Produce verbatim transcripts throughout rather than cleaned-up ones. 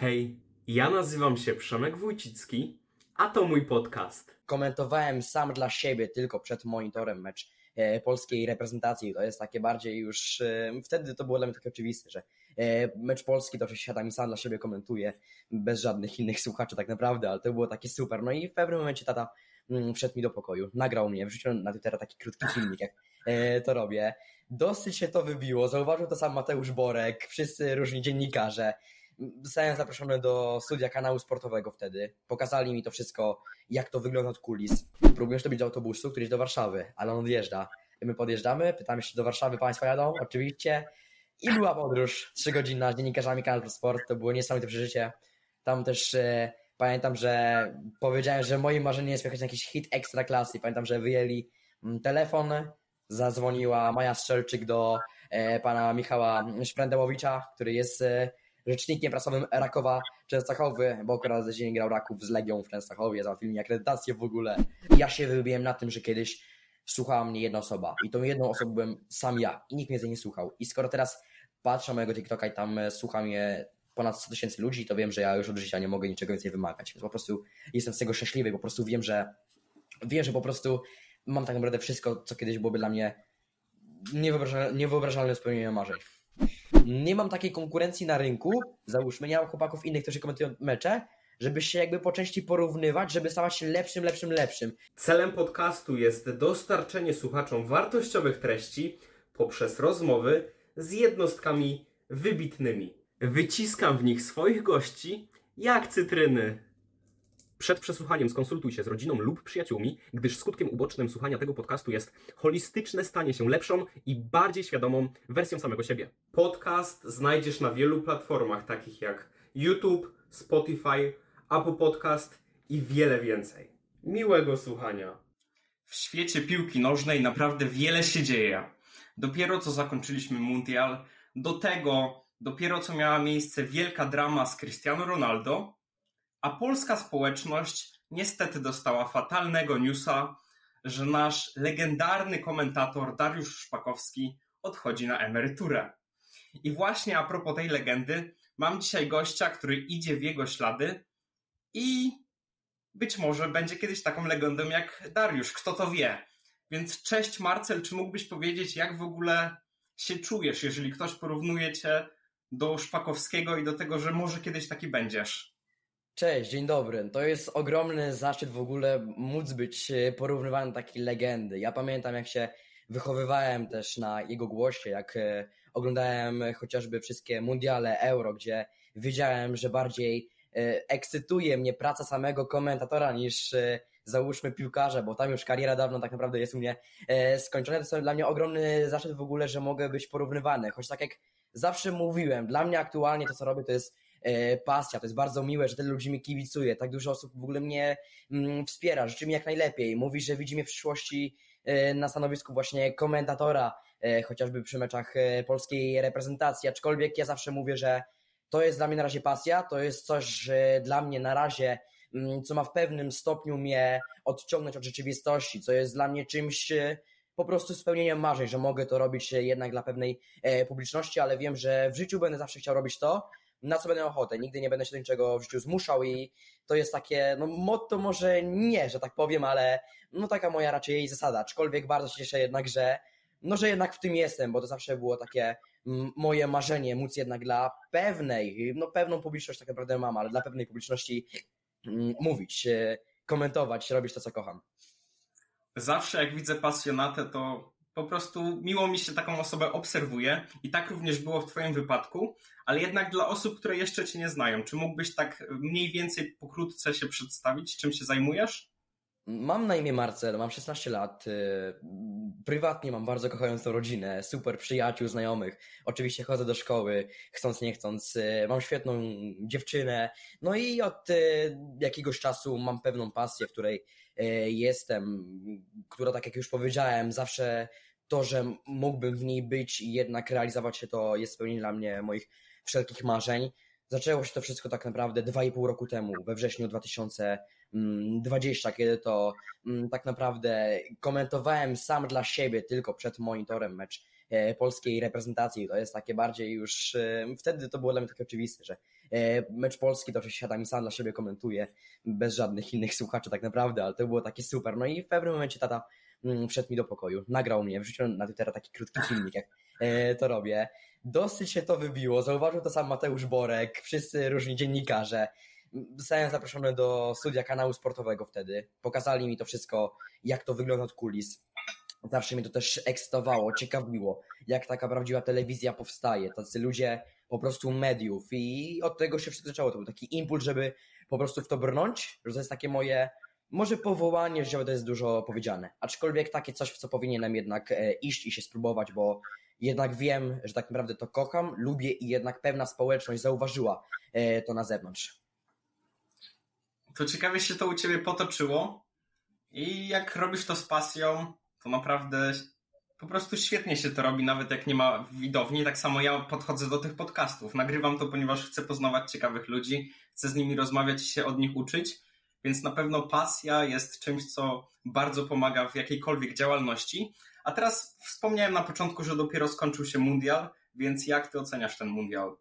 Hej, ja nazywam się Przemek Wójcicki, a to mój podcast. Komentowałem sam dla siebie tylko przed monitorem mecz e, polskiej reprezentacji. To jest takie bardziej już, e, wtedy to było dla mnie takie oczywiste, że e, mecz polski to, że siadam i sam dla siebie komentuję, bez żadnych innych słuchaczy tak naprawdę, ale to było takie super. No i w pewnym momencie tata mm, wszedł mi do pokoju, nagrał mnie, wrzucił na Twittera taki krótki filmik, jak e, to robię. Dosyć się to wybiło, zauważył to sam Mateusz Borek, wszyscy różni dziennikarze. Zostałem zaproszony do studia kanału sportowego wtedy. Pokazali mi to wszystko, jak to wygląda od kulis. Próbuję to być do autobusu, który jest do Warszawy, ale on odjeżdża. I my podjeżdżamy, pytamy się, do Warszawy państwo jadą? Oczywiście. I była podróż trzygodzinna z dziennikarzami Kanal Sport. To było niesamowite przeżycie. Tam też e, pamiętam, że powiedziałem, że moim marzeniem jest jechać na jakiś hit ekstra klasy. Pamiętam, że wyjęli telefon, zadzwoniła Maja Strzelczyk do e, pana Michała Szprendełowicza, który jest e, rzecznikiem prasowym Rakowa Częstochowy, bo akurat ze dzień grał Raków z Legią w Częstochowie, załatwili mi akredytację w ogóle. Ja się wybiłem na tym, że kiedyś słuchała mnie jedna osoba i tą jedną osobą byłem sam ja i nikt mnie z niej nie słuchał. I skoro teraz patrzę na mojego TikToka i tam słucha mnie ponad sto tysięcy ludzi, to wiem, że ja już od życia nie mogę niczego więcej wymagać. Więc po prostu jestem z tego szczęśliwy, po prostu wiem, że wiem, że po prostu mam tak naprawdę wszystko, co kiedyś byłoby dla mnie niewyobrażalne, niewyobrażalne spełnieniem marzeń. Nie mam takiej konkurencji na rynku, załóżmy, nie mam chłopaków innych, którzy komentują mecze, żeby się jakby po części porównywać, żeby stawać się lepszym, lepszym, lepszym. Celem podcastu jest dostarczenie słuchaczom wartościowych treści poprzez rozmowy z jednostkami wybitnymi. Wyciskam w nich swoich gości jak cytryny. Przed przesłuchaniem skonsultuj się z rodziną lub przyjaciółmi, gdyż skutkiem ubocznym słuchania tego podcastu jest holistyczne stanie się lepszą i bardziej świadomą wersją samego siebie. Podcast znajdziesz na wielu platformach takich jak YouTube, Spotify, Apple Podcast i wiele więcej. Miłego słuchania. W świecie piłki nożnej naprawdę wiele się dzieje. Dopiero co zakończyliśmy mundial, do tego dopiero co miała miejsce wielka drama z Cristiano Ronaldo, a polska społeczność niestety dostała fatalnego newsa, że nasz legendarny komentator Dariusz Szpakowski odchodzi na emeryturę. I właśnie a propos tej legendy, mam dzisiaj gościa, który idzie w jego ślady i być może będzie kiedyś taką legendą jak Dariusz, kto to wie. Więc cześć Marcel, czy mógłbyś powiedzieć, jak w ogóle się czujesz, jeżeli ktoś porównuje cię do Szpakowskiego i do tego, że może kiedyś taki będziesz? Cześć, dzień dobry. To jest ogromny zaszczyt w ogóle móc być porównywany do takiej legendy. Ja pamiętam, jak się wychowywałem też na jego głosie, jak oglądałem chociażby wszystkie mundiale, Euro, gdzie wiedziałem, że bardziej ekscytuje mnie praca samego komentatora niż załóżmy piłkarza, bo tam już kariera dawno tak naprawdę jest u mnie skończona. To jest dla mnie ogromny zaszczyt w ogóle, że mogę być porównywany. Choć tak jak zawsze mówiłem, dla mnie aktualnie to, co robię, to jest pasja, to jest bardzo miłe, że tyle ludzi mi kibicuje, tak dużo osób w ogóle mnie mm, wspiera, życzy mi jak najlepiej, mówi, że widzi mnie w przyszłości e, na stanowisku właśnie komentatora, e, chociażby przy meczach e, polskiej reprezentacji, aczkolwiek ja zawsze mówię, że to jest dla mnie na razie pasja, to jest coś e, dla mnie na razie, m, co ma w pewnym stopniu mnie odciągnąć od rzeczywistości, co jest dla mnie czymś e, po prostu spełnieniem marzeń, że mogę to robić e, jednak dla pewnej e, publiczności, ale wiem, że w życiu będę zawsze chciał robić to, na co będę miał ochotę. Nigdy nie będę się do niczego w życiu zmuszał i to jest takie, no motto może nie, że tak powiem, ale no taka moja raczej jej zasada. Aczkolwiek bardzo się cieszę jednak, że no, że jednak w tym jestem, bo to zawsze było takie m, moje marzenie, móc jednak dla pewnej, no pewną publiczność tak naprawdę mam, ale dla pewnej publiczności m, mówić, e, komentować, robić to, co kocham. Zawsze jak widzę pasjonatę, to po prostu miło mi się taką osobę obserwuje i tak również było w twoim wypadku, ale jednak dla osób, które jeszcze cię nie znają, czy mógłbyś tak mniej więcej pokrótce się przedstawić, czym się zajmujesz? Mam na imię Marcel, mam szesnaście lat, prywatnie mam bardzo kochającą rodzinę, super przyjaciół, znajomych, oczywiście chodzę do szkoły, chcąc nie chcąc, mam świetną dziewczynę, no i od jakiegoś czasu mam pewną pasję, w której jestem, która, tak jak już powiedziałem, zawsze to, że mógłbym w niej być i jednak realizować się, to jest spełnienie dla mnie moich wszelkich marzeń. Zaczęło się to wszystko tak naprawdę dwa i pół roku temu, we wrześniu dwa tysiące dwudziestego, kiedy to tak naprawdę komentowałem sam dla siebie tylko przed monitorem mecz polskiej reprezentacji. To jest takie bardziej już, wtedy to było dla mnie takie oczywiste, że Mecz Polski to oczywiście siadam i sam dla siebie komentuję, bez żadnych innych słuchaczy tak naprawdę, ale to było takie super. No i w pewnym momencie tata wszedł mi do pokoju, nagrał mnie, wrzucił na Twittera taki krótki filmik, jak to robię. Dosyć się to wybiło, zauważył to sam Mateusz Borek, wszyscy różni dziennikarze. Zostałem zaproszony do studia kanału sportowego wtedy. Pokazali mi to wszystko, jak to wygląda od kulis. Zawsze mnie to też ekscytowało, ciekawiło, jak taka prawdziwa telewizja powstaje. Tacy ludzie po prostu mediów i od tego się wszystko zaczęło. To był taki impuls, żeby po prostu w to brnąć, że to jest takie moje, może powołanie życiowe, to jest dużo powiedziane. Aczkolwiek takie coś, w co powinienem jednak iść i się spróbować, bo jednak wiem, że tak naprawdę to kocham, lubię i jednak pewna społeczność zauważyła to na zewnątrz. To ciekawie się to u ciebie potoczyło i jak robisz to z pasją, to naprawdę po prostu świetnie się to robi, nawet jak nie ma widowni. Tak samo ja podchodzę do tych podcastów. Nagrywam to, ponieważ chcę poznawać ciekawych ludzi, chcę z nimi rozmawiać i się od nich uczyć, więc na pewno pasja jest czymś, co bardzo pomaga w jakiejkolwiek działalności. A teraz wspomniałem na początku, że dopiero skończył się mundial, więc jak ty oceniasz ten mundial?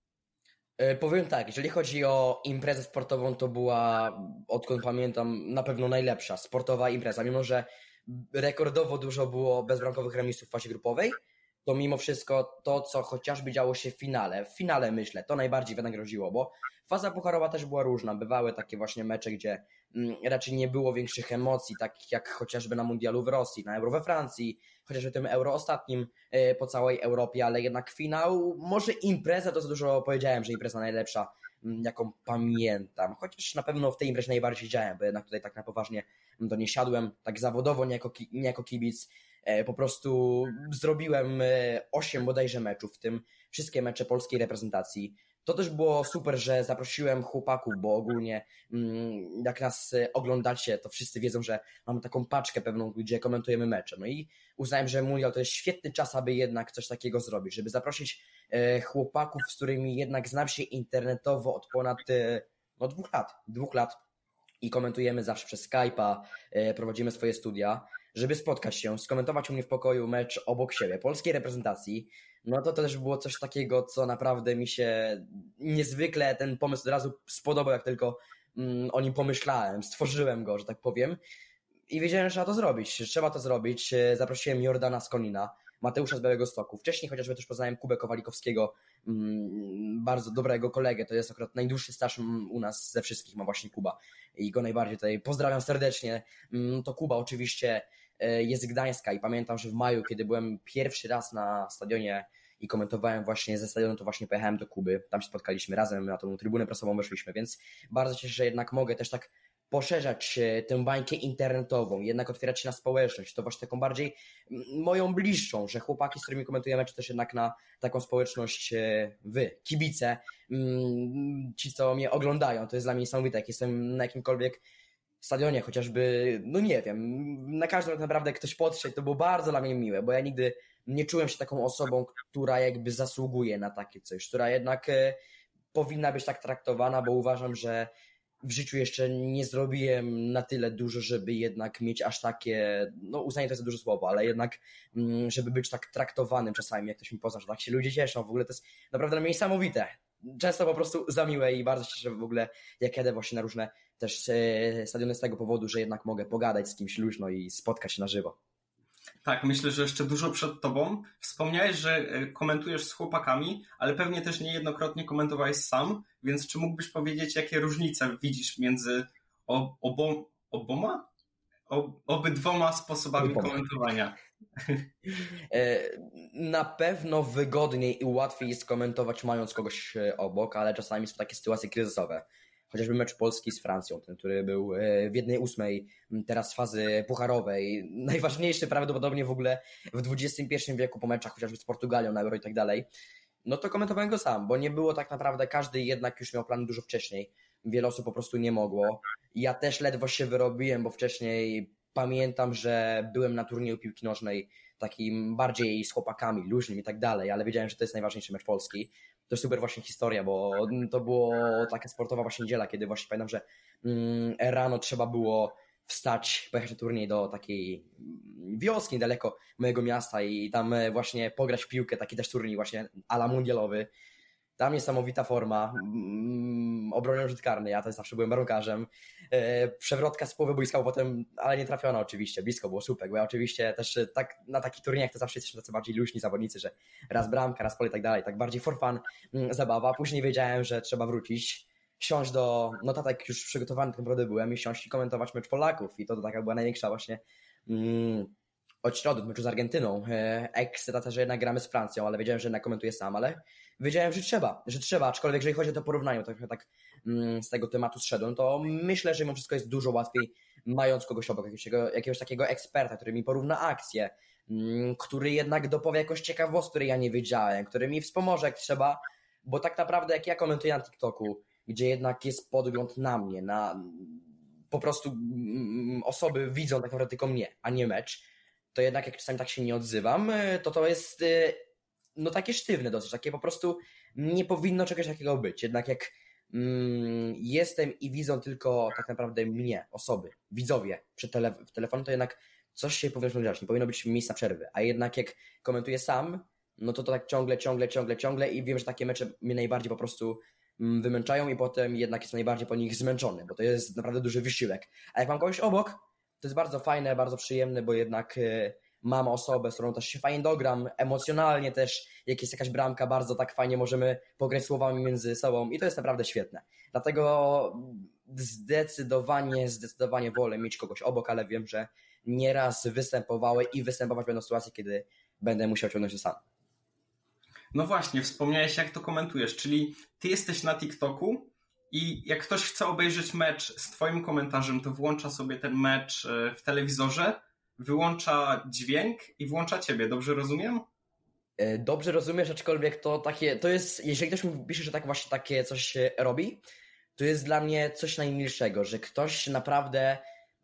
Powiem tak, jeżeli chodzi o imprezę sportową, to była, odkąd pamiętam, na pewno najlepsza sportowa impreza. Mimo że rekordowo dużo było bezbramkowych remisów w fazie grupowej, to mimo wszystko to, co chociażby działo się w finale, w finale myślę, to najbardziej wynagrodziło, bo faza pucharowa też była różna. Bywały takie właśnie mecze, gdzie raczej nie było większych emocji, tak jak chociażby na mundialu w Rosji, na Euro we Francji, chociażby tym Euro ostatnim po całej Europie, ale jednak finał, może impreza, to za dużo powiedziałem, że impreza najlepsza, jaką pamiętam, chociaż na pewno w tej imprezie najbardziej działałem, bo jednak tutaj tak na poważnie do niej siadłem, tak zawodowo, nie jako, nie jako kibic, po prostu zrobiłem osiem bodajże meczów, w tym wszystkie mecze polskiej reprezentacji. To też było super, że zaprosiłem chłopaków, bo ogólnie jak nas oglądacie, to wszyscy wiedzą, że mamy taką paczkę pewną, gdzie komentujemy mecze. No i uznałem, że mundial to jest świetny czas, aby jednak coś takiego zrobić, żeby zaprosić chłopaków, z którymi jednak znam się internetowo od ponad no, dwóch lat. Dwóch lat i komentujemy zawsze przez Skype'a, prowadzimy swoje studia, żeby spotkać się, skomentować u mnie w pokoju mecz obok siebie, polskiej reprezentacji. No to, to też było coś takiego, co naprawdę mi się niezwykle ten pomysł od razu spodobał, jak tylko mm, o nim pomyślałem, stworzyłem go, że tak powiem. I wiedziałem, że trzeba to zrobić, że trzeba to zrobić. Zaprosiłem Jordana z Konina, Mateusza z Białegostoku. Wcześniej chociażby też poznałem Kubę Kowalikowskiego, mm, bardzo dobrego kolegę. To jest akurat najdłuższy staż u nas ze wszystkich, ma właśnie Kuba. I go najbardziej tutaj pozdrawiam serdecznie. To Kuba oczywiście jest z Gdańska i pamiętam, że w maju, kiedy byłem pierwszy raz na stadionie i komentowałem właśnie ze stadionu, to właśnie pojechałem do Kuby. Tam się spotkaliśmy razem, na tą trybunę prasową weszliśmy, więc bardzo cieszę się, że jednak mogę też tak poszerzać tę bańkę internetową, jednak otwierać się na społeczność, to właśnie taką bardziej moją bliższą, że chłopaki, z którymi komentujemy, czy też jednak na taką społeczność wy, kibice, ci, co mnie oglądają, to jest dla mnie niesamowite, jak jestem na jakimkolwiek stadionie, chociażby, no nie wiem, na każdym tak naprawdę ktoś podszedł, to było bardzo dla mnie miłe, bo ja nigdy nie czułem się taką osobą, która jakby zasługuje na takie coś, która jednak powinna być tak traktowana, bo uważam, że w życiu jeszcze nie zrobiłem na tyle dużo, żeby jednak mieć aż takie, no uznanie to jest duże słowo, ale jednak żeby być tak traktowanym czasami, jak ktoś mi pozna, że tak się ludzie cieszą, w ogóle to jest naprawdę dla mnie niesamowite. Często po prostu za miłe i bardzo się cieszę w ogóle, jak jadę właśnie na różne też stadiony z tego powodu, że jednak mogę pogadać z kimś luźno i spotkać się na żywo. Tak, myślę, że jeszcze dużo przed tobą. Wspomniałeś, że komentujesz z chłopakami, ale pewnie też niejednokrotnie komentowałeś sam, więc czy mógłbyś powiedzieć, jakie różnice widzisz między obom, oboma? Ob, obydwoma sposobami oboma. komentowania? Na pewno wygodniej i łatwiej jest komentować mając kogoś obok, ale czasami są takie sytuacje kryzysowe. Chociażby mecz Polski z Francją, ten, który był w jednej ósmej teraz fazy pucharowej, najważniejszy prawdopodobnie w ogóle w dwudziestym pierwszym wieku po meczach chociażby z Portugalią na Euro i tak dalej, no to komentowałem go sam, bo nie było tak naprawdę, każdy jednak już miał plany dużo wcześniej, wiele osób po prostu nie mogło. Ja też ledwo się wyrobiłem, bo wcześniej pamiętam, że byłem na turnieju piłki nożnej takim bardziej z chłopakami, luźnym i tak dalej, ale wiedziałem, że to jest najważniejszy mecz Polski. To jest super właśnie historia, bo to było taka sportowa właśnie niedziela, kiedy właśnie pamiętam, że rano trzeba było wstać, pojechać na turniej do takiej wioski niedaleko mojego miasta i tam właśnie pograć w piłkę, taki też turniej właśnie ala mundialowy. Tam niesamowita forma, mm, obroniony rzut karny, ja też zawsze byłem bramkarzem, e, przewrotka z połowy boiska, potem, ale nie trafiona oczywiście, blisko było słupek, bo ja oczywiście też e, tak, na takich turniejach to zawsze jesteśmy tacy bardziej luźni zawodnicy, że raz bramka, raz pole i tak dalej, tak bardziej for fun, mm, zabawa, później wiedziałem, że trzeba wrócić, siąść do notatek, już przygotowany tak naprawdę byłem i siąść i komentować mecz Polaków i to, to taka była największa właśnie mm, od środy w meczu z Argentyną, e, ekscytacja, że jednak gramy z Francją, ale wiedziałem, że jednak komentuję sam, ale wiedziałem, że trzeba, że trzeba, aczkolwiek jeżeli chodzi o to porównanie, to trochę tak mm, z tego tematu zszedłem, to myślę, że mimo wszystko jest dużo łatwiej, mając kogoś obok, jakiegoś, jakiegoś takiego eksperta, który mi porówna akcję, mm, który jednak dopowie jakąś ciekawostkę, której ja nie wiedziałem, który mi wspomoże jak trzeba, bo tak naprawdę jak ja komentuję na TikToku, gdzie jednak jest podgląd na mnie, na po prostu mm, osoby widzą tak naprawdę tylko mnie, a nie mecz, to jednak jak czasami tak się nie odzywam, to to jest no takie sztywne dosyć, takie po prostu nie powinno czegoś takiego być. Jednak jak mm, jestem i widzą tylko tak naprawdę mnie, osoby, widzowie przy tele, w telefonie, to jednak coś się powinno dziać, nie powinno być miejsca przerwy. A jednak jak komentuję sam, no to to tak ciągle, ciągle, ciągle, ciągle i wiem, że takie mecze mnie najbardziej po prostu mm, wymęczają i potem jednak jestem najbardziej po nich zmęczony, bo to jest naprawdę duży wysiłek. A jak mam kogoś obok, to jest bardzo fajne, bardzo przyjemne, bo jednak y, mam osobę, z którą też się fajnie dogram, emocjonalnie też, jak jest jakaś bramka, bardzo tak fajnie możemy pograć słowami między sobą i to jest naprawdę świetne. Dlatego zdecydowanie, zdecydowanie wolę mieć kogoś obok, ale wiem, że nieraz występowały i występować będą sytuacje, kiedy będę musiał ciągnąć to sam. No właśnie, wspomniałeś jak to komentujesz, czyli ty jesteś na TikToku i jak ktoś chce obejrzeć mecz z twoim komentarzem, to włącza sobie ten mecz w telewizorze, wyłącza dźwięk i włącza ciebie, dobrze rozumiem? Dobrze rozumiesz, aczkolwiek to takie, to jest, jeżeli ktoś mi pisze, że tak właśnie takie coś robi, to jest dla mnie coś najmilszego, że ktoś naprawdę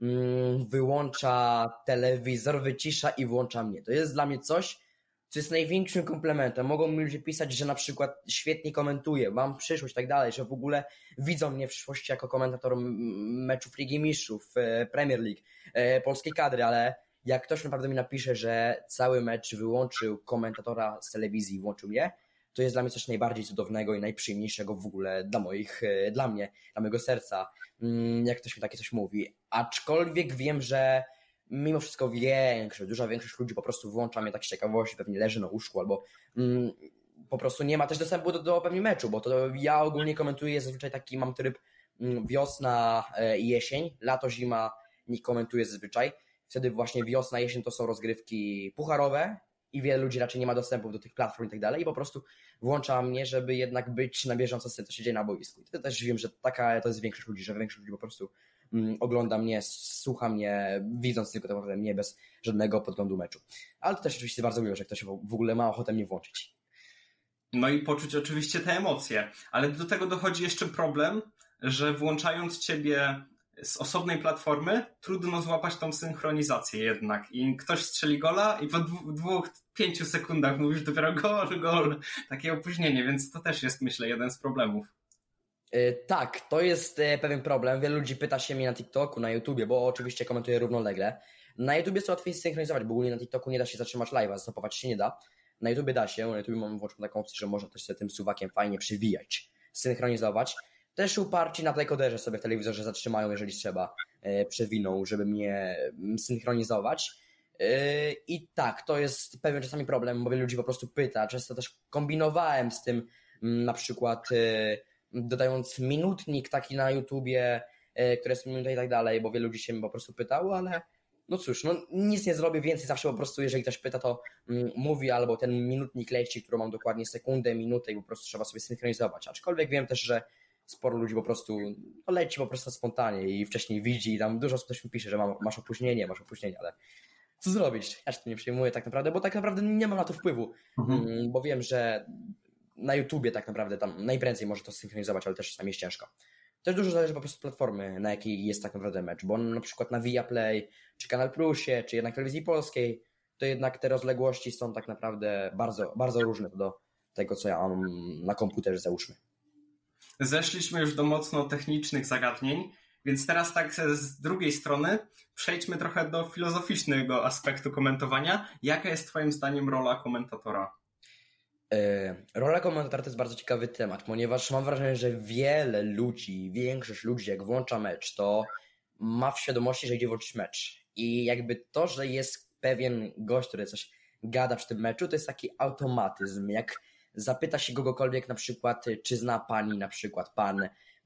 mm, wyłącza telewizor, wycisza i włącza mnie. To jest dla mnie coś, co jest największym komplementem. Mogą mi ludzie pisać, że na przykład świetnie komentuję, mam przyszłość i tak dalej, że w ogóle widzą mnie w przyszłości jako komentator meczów Ligi Mistrzów, Premier League, polskiej kadry, ale jak ktoś naprawdę mi napisze, że cały mecz wyłączył komentatora z telewizji i włączył mnie, to jest dla mnie coś najbardziej cudownego i najprzyjemniejszego w ogóle dla moich, dla mnie, dla mojego serca, jak ktoś mi takie coś mówi. Aczkolwiek wiem, że mimo wszystko większość, duża większość ludzi po prostu włącza mnie tak z ciekawości, pewnie leży na łóżku albo mm, po prostu nie ma też dostępu do, do pewnie meczu, bo to ja ogólnie komentuję zazwyczaj taki, mam tryb mm, wiosna i jesień, lato, zima nie komentuję zazwyczaj. Wtedy właśnie wiosna, jesień to są rozgrywki pucharowe i wiele ludzi raczej nie ma dostępu do tych platform i tak dalej i po prostu włącza mnie, żeby jednak być na bieżąco z tym, co się dzieje na boisku. I to też wiem, że taka to jest większość ludzi, że większość ludzi po prostu mm, ogląda mnie, słucha mnie, widząc tylko tak naprawdę mnie bez żadnego podglądu meczu. Ale to też oczywiście bardzo miło, że ktoś w ogóle ma ochotę mnie włączyć. No i poczuć oczywiście te emocje, ale do tego dochodzi jeszcze problem, że włączając ciebie z osobnej platformy trudno złapać tą synchronizację jednak i ktoś strzeli gola i po dwóch, dwóch pięciu sekundach mówisz dopiero gol, gol, takie opóźnienie, więc to też jest myślę jeden z problemów. Yy, tak, to jest yy, pewien problem. Wielu ludzi pyta się mnie na TikToku, na YouTubie, bo oczywiście komentuję równolegle. Na YouTubie jest łatwiej synchronizować, bo ogólnie na TikToku nie da się zatrzymać live'a, zastopować się nie da. Na YouTubie da się, na YouTubie mam włączoną taką opcję, że można też sobie tym suwakiem fajnie przywijać, synchronizować. Też uparci na dekoderze sobie w telewizorze zatrzymają, jeżeli trzeba, yy, przewiną, żeby mnie synchronizować. Yy, I tak, to jest pewien czasami problem, bo wielu ludzi po prostu pyta. Często też kombinowałem z tym, yy, na przykład yy, dodając minutnik taki na YouTubie, yy, które jest minuta i tak dalej, bo wielu ludzi się po prostu pytało, ale no cóż, no nic nie zrobię więcej, zawsze po prostu jeżeli ktoś pyta, to yy, mówi, albo ten minutnik leci, który mam dokładnie sekundę, minutę i po prostu trzeba sobie synchronizować. Aczkolwiek wiem też, że sporo ludzi po prostu no, leci po prostu spontanie i wcześniej widzi i tam dużo osób też mi pisze, że mam, masz opóźnienie, masz opóźnienie, ale co zrobić? Ja się tym nie przejmuję tak naprawdę, bo tak naprawdę nie mam na to wpływu, mhm. bo wiem, że na YouTubie tak naprawdę tam najprędzej może to synchronizować, ale też czasami jest ciężko. Też dużo zależy po prostu od platformy, na jakiej jest tak naprawdę mecz, bo na przykład na Viaplay, czy Kanal Plusie, czy jednak Telewizji Polskiej, to jednak te rozległości są tak naprawdę bardzo, bardzo różne do tego, co ja mam na komputerze, załóżmy. Zeszliśmy już do mocno technicznych zagadnień, więc teraz tak z drugiej strony przejdźmy trochę do filozoficznego aspektu komentowania. Jaka jest twoim zdaniem rola komentatora? E, Rola komentatora to jest bardzo ciekawy temat, ponieważ mam wrażenie, że wiele ludzi, większość ludzi, jak włącza mecz, to ma w świadomości, że idzie włączyć mecz. I jakby to, że jest pewien gość, który coś gada przy tym meczu, to jest taki automatyzm. Jak zapyta się kogokolwiek na przykład, czy zna pani, na przykład pan,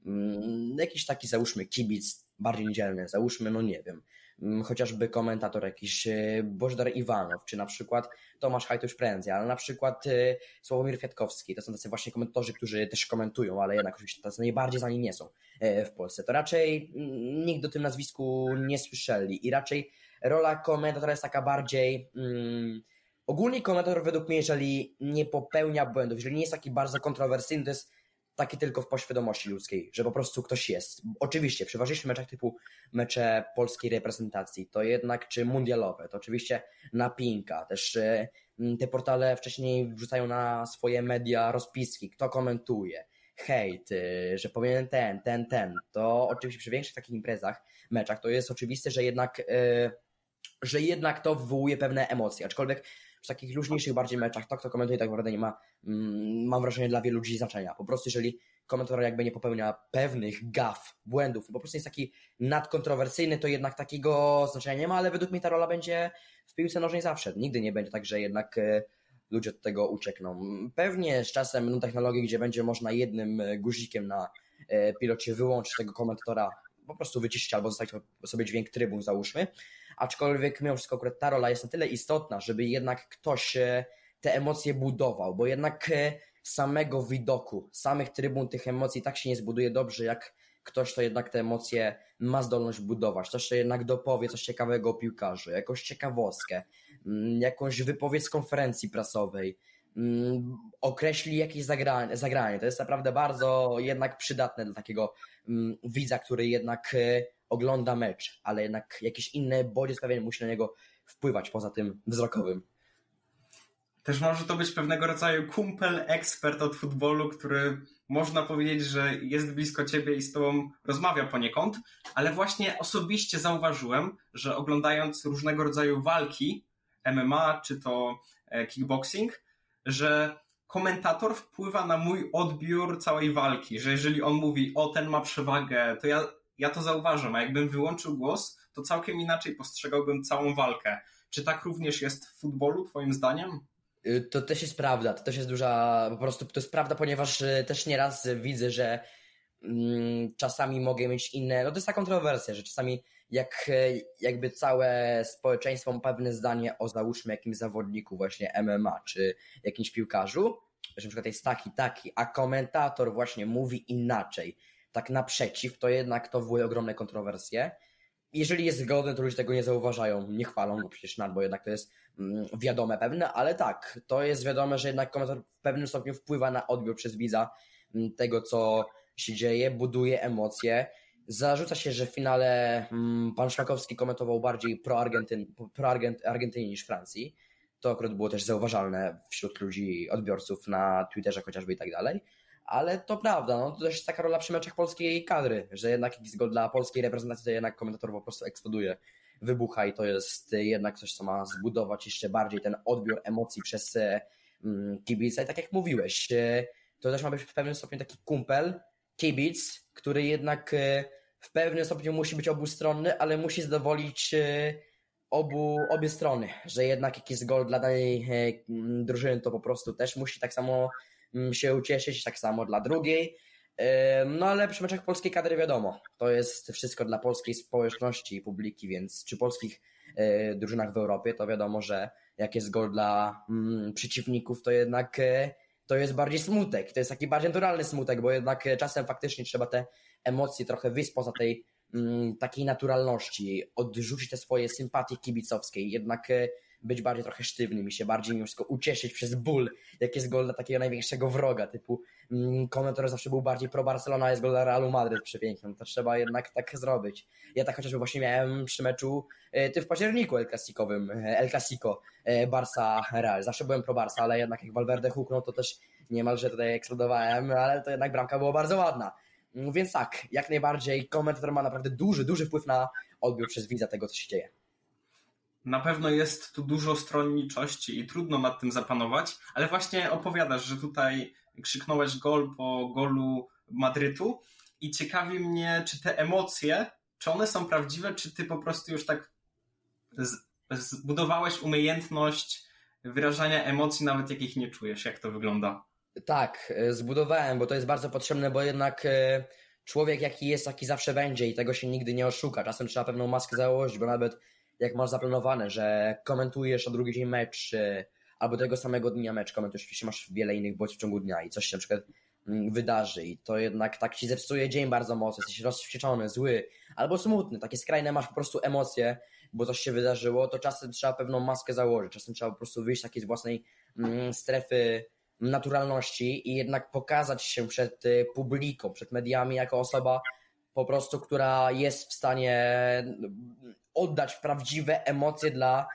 mm, jakiś taki załóżmy kibic, bardziej niedzielny, załóżmy, no nie wiem, mm, chociażby komentator jakiś e, Bożdar Iwanow, czy na przykład Tomasz Hajtusz prędzej, ale na przykład e, Sławomir Kwiatkowski, to są tacy właśnie komentatorzy, którzy też komentują, ale jednak oczywiście tacy najbardziej znani nie są e, w Polsce, to raczej mm, nikt o tym nazwisku nie słyszeli i raczej rola komentatora jest taka bardziej... Mm, ogólnie komentator według mnie, jeżeli nie popełnia błędów, jeżeli nie jest taki bardzo kontrowersyjny, to jest taki tylko w poświadomości ludzkiej, że po prostu ktoś jest. Oczywiście, przy ważniejszych meczach typu mecze polskiej reprezentacji, to jednak, czy mundialowe, to oczywiście napinka, też e, te portale wcześniej wrzucają na swoje media rozpiski, kto komentuje, hejt, e, że powinien ten, ten, ten. To oczywiście przy większych takich imprezach, meczach, to jest oczywiste, że jednak, e, że jednak to wywołuje pewne emocje, aczkolwiek w takich luźniejszych bardziej meczach, to kto komentuje tak naprawdę nie ma, mm, mam wrażenie, dla wielu ludzi znaczenia. Po prostu jeżeli komentator jakby nie popełnia pewnych gaf, błędów, po prostu jest taki nadkontrowersyjny, to jednak takiego znaczenia nie ma, ale według mnie ta rola będzie w piłce nożnej zawsze. Nigdy nie będzie tak, że jednak e, ludzie od tego uciekną. Pewnie z czasem będą technologie, gdzie będzie można jednym e, guzikiem na e, pilocie wyłączyć tego komentatora, po prostu wyciszyć albo zostawić sobie dźwięk trybun, załóżmy. Aczkolwiek mimo wszystko akurat ta rola jest na tyle istotna, żeby jednak ktoś e, te emocje budował, bo jednak e, samego widoku, samych trybun tych emocji tak się nie zbuduje dobrze, jak ktoś, to jednak te emocje ma zdolność budować. Ktoś, to jednak dopowie coś ciekawego o piłkarzu, jakąś ciekawostkę, mm, jakąś wypowiedź z konferencji prasowej, mm, określi jakieś zagranie, zagranie. To jest naprawdę bardzo jednak przydatne dla takiego mm, widza, który jednak e, ogląda mecz, ale jednak jakiś inny bodziec pewien musi na niego wpływać poza tym wzrokowym. Też może to być pewnego rodzaju kumpel, ekspert od futbolu, który można powiedzieć, że jest blisko ciebie i z tobą rozmawia poniekąd, ale właśnie osobiście zauważyłem, że oglądając różnego rodzaju walki, M M A czy to kickboxing, że komentator wpływa na mój odbiór całej walki, że jeżeli on mówi, o ten ma przewagę, to ja, ja to zauważam, a jakbym wyłączył głos, to całkiem inaczej postrzegałbym całą walkę. Czy tak również jest w futbolu, twoim zdaniem? To też jest prawda, to też jest duża, po prostu to jest prawda, ponieważ też nieraz widzę, że mm, czasami mogę mieć inne, no to jest ta kontrowersja, że czasami jak jakby całe społeczeństwo ma pewne zdanie o załóżmy jakimś zawodniku właśnie M M A czy jakimś piłkarzu, że na przykład jest taki, taki, a komentator właśnie mówi inaczej, tak naprzeciw, to jednak to wywołuje ogromne kontrowersje. Jeżeli jest zgodny, to ludzie tego nie zauważają, nie chwalą go przecież nad, bo jednak to jest mm, wiadome pewne, ale tak, to jest wiadome, że jednak komentator w pewnym stopniu wpływa na odbiór przez widza mm, tego, co się dzieje, buduje emocje. Zarzuca się, że w finale mm, pan Szlakowski komentował bardziej pro-Argentyn, pro-Argentynie niż Francji. To akurat było też zauważalne wśród ludzi, odbiorców na Twitterze chociażby i tak dalej. Ale to prawda, no to też jest taka rola przy meczach polskiej kadry, że jednak jakiś gol dla polskiej reprezentacji to jednak komentator po prostu eksploduje, wybucha i to jest jednak coś, co ma zbudować jeszcze bardziej ten odbiór emocji przez mm, kibica. I tak jak mówiłeś, to też ma być w pewnym stopniu taki kumpel, kibic, który jednak w pewnym stopniu musi być obustronny, ale musi zadowolić obu, obie strony, że jednak jak jest gol dla danej drużyny, to po prostu też musi tak samo się ucieszyć, tak samo dla drugiej. No ale przy meczach polskiej kadry wiadomo, to jest wszystko dla polskiej społeczności i publiki, więc przy polskich drużynach w Europie to wiadomo, że jak jest gol dla mm, przeciwników, to jednak to jest bardziej smutek, to jest taki bardziej naturalny smutek, bo jednak czasem faktycznie trzeba te emocje trochę wyjść poza tej mm, takiej naturalności, odrzucić te swoje sympatie kibicowskie, jednak być bardziej trochę sztywnym i się bardziej mimo wszystko ucieszyć przez ból, jak jest gol dla takiego największego wroga, typu mm, komentator zawsze był bardziej pro Barcelona, a jest gol dla Realu Madryt przepiękny, to trzeba jednak tak zrobić. Ja tak chociażby właśnie miałem przy meczu y, ty w październiku El Clasicowym, El Clasico, y, Barça Real, zawsze byłem pro Barça, ale jednak jak Valverde huknął, to też niemalże tutaj eksplodowałem, ale to jednak bramka była bardzo ładna. Więc tak, jak najbardziej komentator ma naprawdę duży, duży wpływ na odbiór przez widza tego, co się dzieje. Na pewno jest tu dużo stronniczości i trudno nad tym zapanować, ale właśnie opowiadasz, że tutaj krzyknąłeś gol po golu Madrytu i ciekawi mnie, czy te emocje, czy one są prawdziwe, czy ty po prostu już tak z, zbudowałeś umiejętność wyrażania emocji, nawet jakich nie czujesz. Jak to wygląda? Tak, e, zbudowałem, bo to jest bardzo potrzebne, bo jednak e, człowiek jaki jest, taki zawsze będzie i tego się nigdy nie oszuka. Czasem trzeba pewną maskę założyć, bo nawet jak masz zaplanowane, że komentujesz o drugi dzień mecz, e, albo tego samego dnia mecz komentujesz, oczywiście masz wiele innych bodźców w ciągu dnia i coś się na przykład mm, wydarzy i to jednak tak ci zepsuje dzień bardzo mocno, jesteś rozwścieczony, zły, albo smutny, takie skrajne masz po prostu emocje, bo coś się wydarzyło, to czasem trzeba pewną maskę założyć, czasem trzeba po prostu wyjść z takiej z własnej mm, strefy naturalności i jednak pokazać się przed y, publiką, przed mediami jako osoba po prostu, która jest w stanie oddać prawdziwe emocje dla,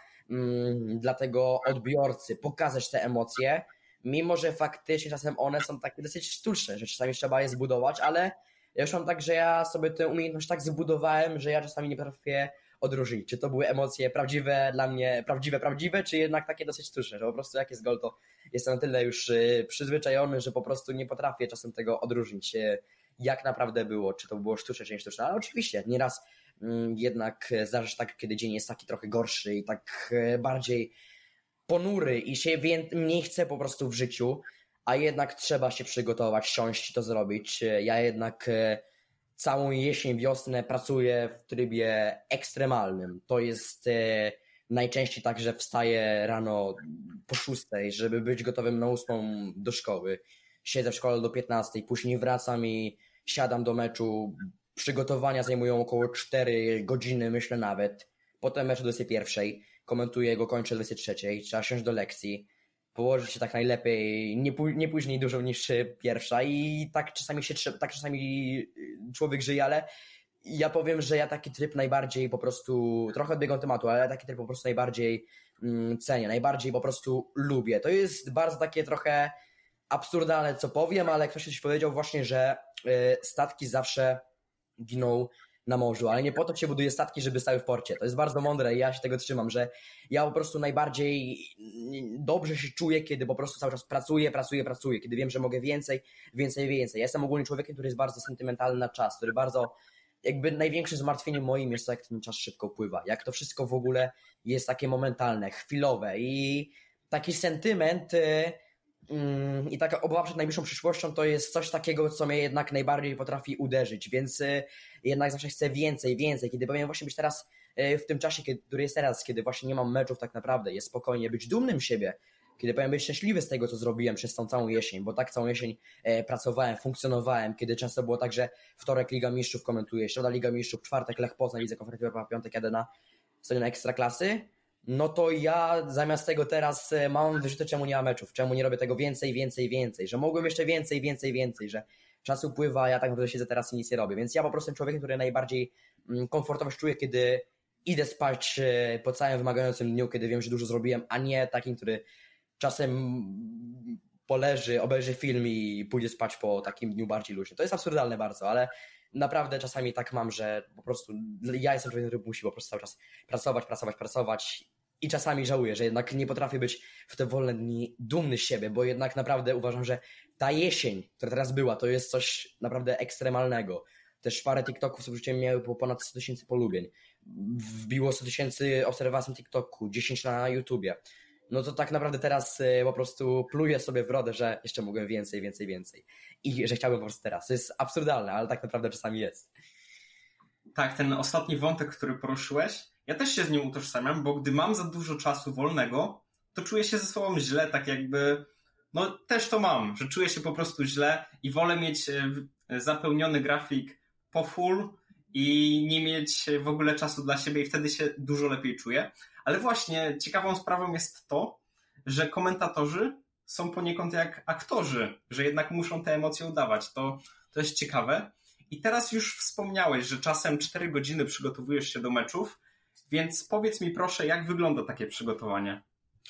mm, dla tego odbiorcy, pokazać te emocje, mimo że faktycznie czasem one są takie dosyć sztuczne, że czasami trzeba je zbudować, ale ja już mam tak, że ja sobie tę umiejętność tak zbudowałem, że ja czasami nie potrafię odróżnić, czy to były emocje prawdziwe dla mnie, prawdziwe, prawdziwe, czy jednak takie dosyć sztuczne, że po prostu jak jest gol, to jestem na tyle już y, przyzwyczajony, że po prostu nie potrafię czasem tego odróżnić, y, jak naprawdę było, czy to było sztuczne, czy nie sztuczne, ale oczywiście nieraz mm, jednak zdarza się tak, kiedy dzień jest taki trochę gorszy i tak y, bardziej ponury i się wię- mniej chce po prostu w życiu, a jednak trzeba się przygotować, siąść i to zrobić. Y, Ja jednak y, całą jesień, wiosnę pracuję w trybie ekstremalnym. To jest e, najczęściej tak, że wstaję rano po szóstej, żeby być gotowym na ósmą do szkoły. Siedzę w szkole do piętnastej, później wracam i siadam do meczu. Przygotowania zajmują około cztery godziny, myślę nawet. Potem mecz do dwudziestej pierwszej, komentuję go, kończę do dwudziestej trzeciej, trzeba siąść do lekcji. Położyć się tak najlepiej, nie, pó- nie później dużo niż y, pierwsza i tak czasami się trze- tak czasami y, człowiek żyje, ale ja powiem, że ja taki tryb najbardziej po prostu, trochę odbiegam tematu, ale taki tryb po prostu najbardziej mm, cenię, najbardziej po prostu lubię. To jest bardzo takie trochę absurdalne, co powiem, ale ktoś kiedyś powiedział właśnie, że y, statki zawsze giną na morzu, ale nie po to się buduje statki, żeby stały w porcie. To jest bardzo mądre i ja się tego trzymam, że ja po prostu najbardziej dobrze się czuję, kiedy po prostu cały czas pracuję, pracuję, pracuję, kiedy wiem, że mogę więcej, więcej, więcej. Ja jestem ogólnie człowiekiem, który jest bardzo sentymentalny na czas, który bardzo, jakby największym zmartwieniem moim jest to, jak ten czas szybko pływa, jak to wszystko w ogóle jest takie momentalne, chwilowe i taki sentyment y, mm, i taka obawa przed najbliższą przyszłością to jest coś takiego, co mnie jednak najbardziej potrafi uderzyć, więc y, jednak zawsze chcę więcej, więcej. Kiedy powinien właśnie być teraz y, w tym czasie, kiedy, który jest teraz, kiedy właśnie nie mam meczów tak naprawdę, jest spokojnie, być dumnym z siebie, kiedy powinien być szczęśliwy z tego, co zrobiłem przez tą całą jesień, bo tak całą jesień e, pracowałem, funkcjonowałem, kiedy często było tak, że wtorek Liga Mistrzów komentuję, środa Liga Mistrzów, czwartek Lech Poznań, Lidze Konferencji, piątek jadę na stadion Ekstraklasy, no to ja zamiast tego teraz e, mam wyrzuty, czemu nie ma meczów, czemu nie robię tego więcej, więcej, więcej, że mogłem jeszcze więcej, więcej, więcej, że czas upływa, a ja tak naprawdę siedzę teraz i nic nie robię, więc ja po prostu jestem człowiekiem, który najbardziej mm, komfortowo się czuję, kiedy idę spać e, po całym wymagającym dniu, kiedy wiem, że dużo zrobiłem, a nie takim, który czasem poleży, obejrzy film i pójdzie spać po takim dniu bardziej luźnym. To jest absurdalne bardzo, ale naprawdę czasami tak mam, że po prostu ja jestem człowiekiem, który musi po prostu cały czas pracować, pracować, pracować i czasami żałuję, że jednak nie potrafię być w te wolne dni dumny z siebie, bo jednak naprawdę uważam, że ta jesień, która teraz była, to jest coś naprawdę ekstremalnego. Też parę TikToków, co wrzuciłem, miały po ponad sto tysięcy polubień. Wbiło sto tysięcy obserwacji na TikToku, dziesięć na YouTubie. No to tak naprawdę teraz y, po prostu pluję sobie w rodę, że jeszcze mogłem więcej, więcej, więcej. I że chciałbym po prostu teraz. To jest absurdalne, ale tak naprawdę czasami jest. Tak, ten ostatni wątek, który poruszyłeś, ja też się z nim utożsamiam, bo gdy mam za dużo czasu wolnego, to czuję się ze sobą źle, tak jakby, no też to mam, że czuję się po prostu źle i wolę mieć zapełniony grafik po full i nie mieć w ogóle czasu dla siebie i wtedy się dużo lepiej czuję. Ale właśnie ciekawą sprawą jest to, że komentatorzy są poniekąd jak aktorzy, że jednak muszą te emocje udawać. To, to jest ciekawe. I teraz już wspomniałeś, że czasem cztery godziny przygotowujesz się do meczów, więc powiedz mi proszę, jak wygląda takie przygotowanie?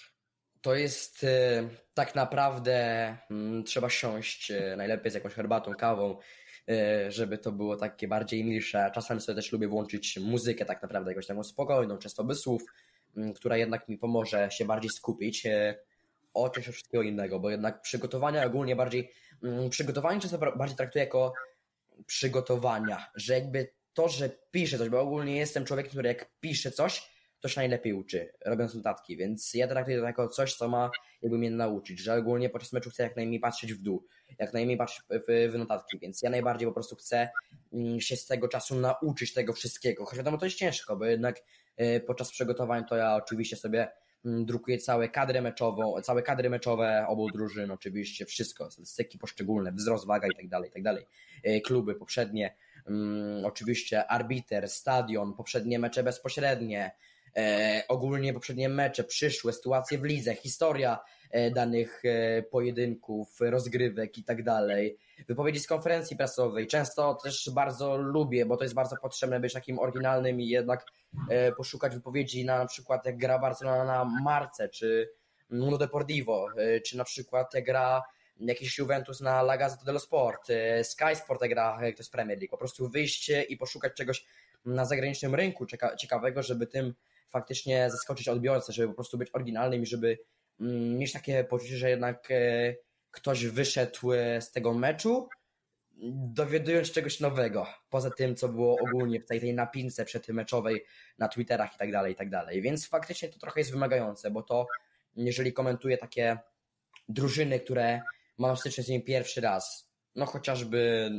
To jest e, tak naprawdę mm, trzeba siąść e, najlepiej z jakąś herbatą, kawą, e, żeby to było takie bardziej milsze. Czasem sobie też lubię włączyć muzykę tak naprawdę, jakąś taką spokojną, często bez słów, która jednak mi pomoże się bardziej skupić, odciąć od wszystkiego innego, bo jednak przygotowania ogólnie bardziej, przygotowanie często bardziej traktuję jako przygotowania, że jakby to, że piszę coś, bo ogólnie jestem człowiekiem, który jak pisze coś, to się najlepiej uczy, robiąc notatki, więc ja traktuję to jako coś, co ma jakby mnie nauczyć, że ogólnie podczas meczu chcę jak najmniej patrzeć w dół, jak najmniej patrzeć w, w notatki, więc ja najbardziej po prostu chcę się z tego czasu nauczyć tego wszystkiego, choć wiadomo to jest ciężko, bo jednak podczas przygotowań to ja oczywiście sobie drukuję całe kadrę meczową, całe kadry meczowe obu drużyn, oczywiście wszystko, statystyki poszczególne, wzrost, waga i tak dalej, i tak dalej, kluby poprzednie, um, oczywiście arbiter, stadion, poprzednie mecze bezpośrednie, E, ogólnie poprzednie mecze, przyszłe, sytuacje w lidze, historia e, danych e, pojedynków, rozgrywek i tak dalej. Wypowiedzi z konferencji prasowej. Często też bardzo lubię, bo to jest bardzo potrzebne być takim oryginalnym i jednak e, poszukać wypowiedzi na na przykład jak gra Barcelona na Marce, czy Mundo Deportivo, e, czy na przykład jak gra jakiś Juventus na La Gazzetta dello Sport, e, Sky Sport jak gra, jak to jest Premier League. Po prostu wyjść i poszukać czegoś na zagranicznym rynku cieka- ciekawego, żeby tym faktycznie zaskoczyć odbiorcę, żeby po prostu być oryginalnym i żeby mm, mieć takie poczucie, że jednak e, ktoś wyszedł e, z tego meczu dowiadując się czegoś nowego, poza tym, co było ogólnie w tej, tej napince przedmeczowej na Twitterach i tak dalej, i tak dalej. Więc faktycznie to trochę jest wymagające, bo to jeżeli komentuję takie drużyny, które mam styczność z nimi pierwszy raz, no chociażby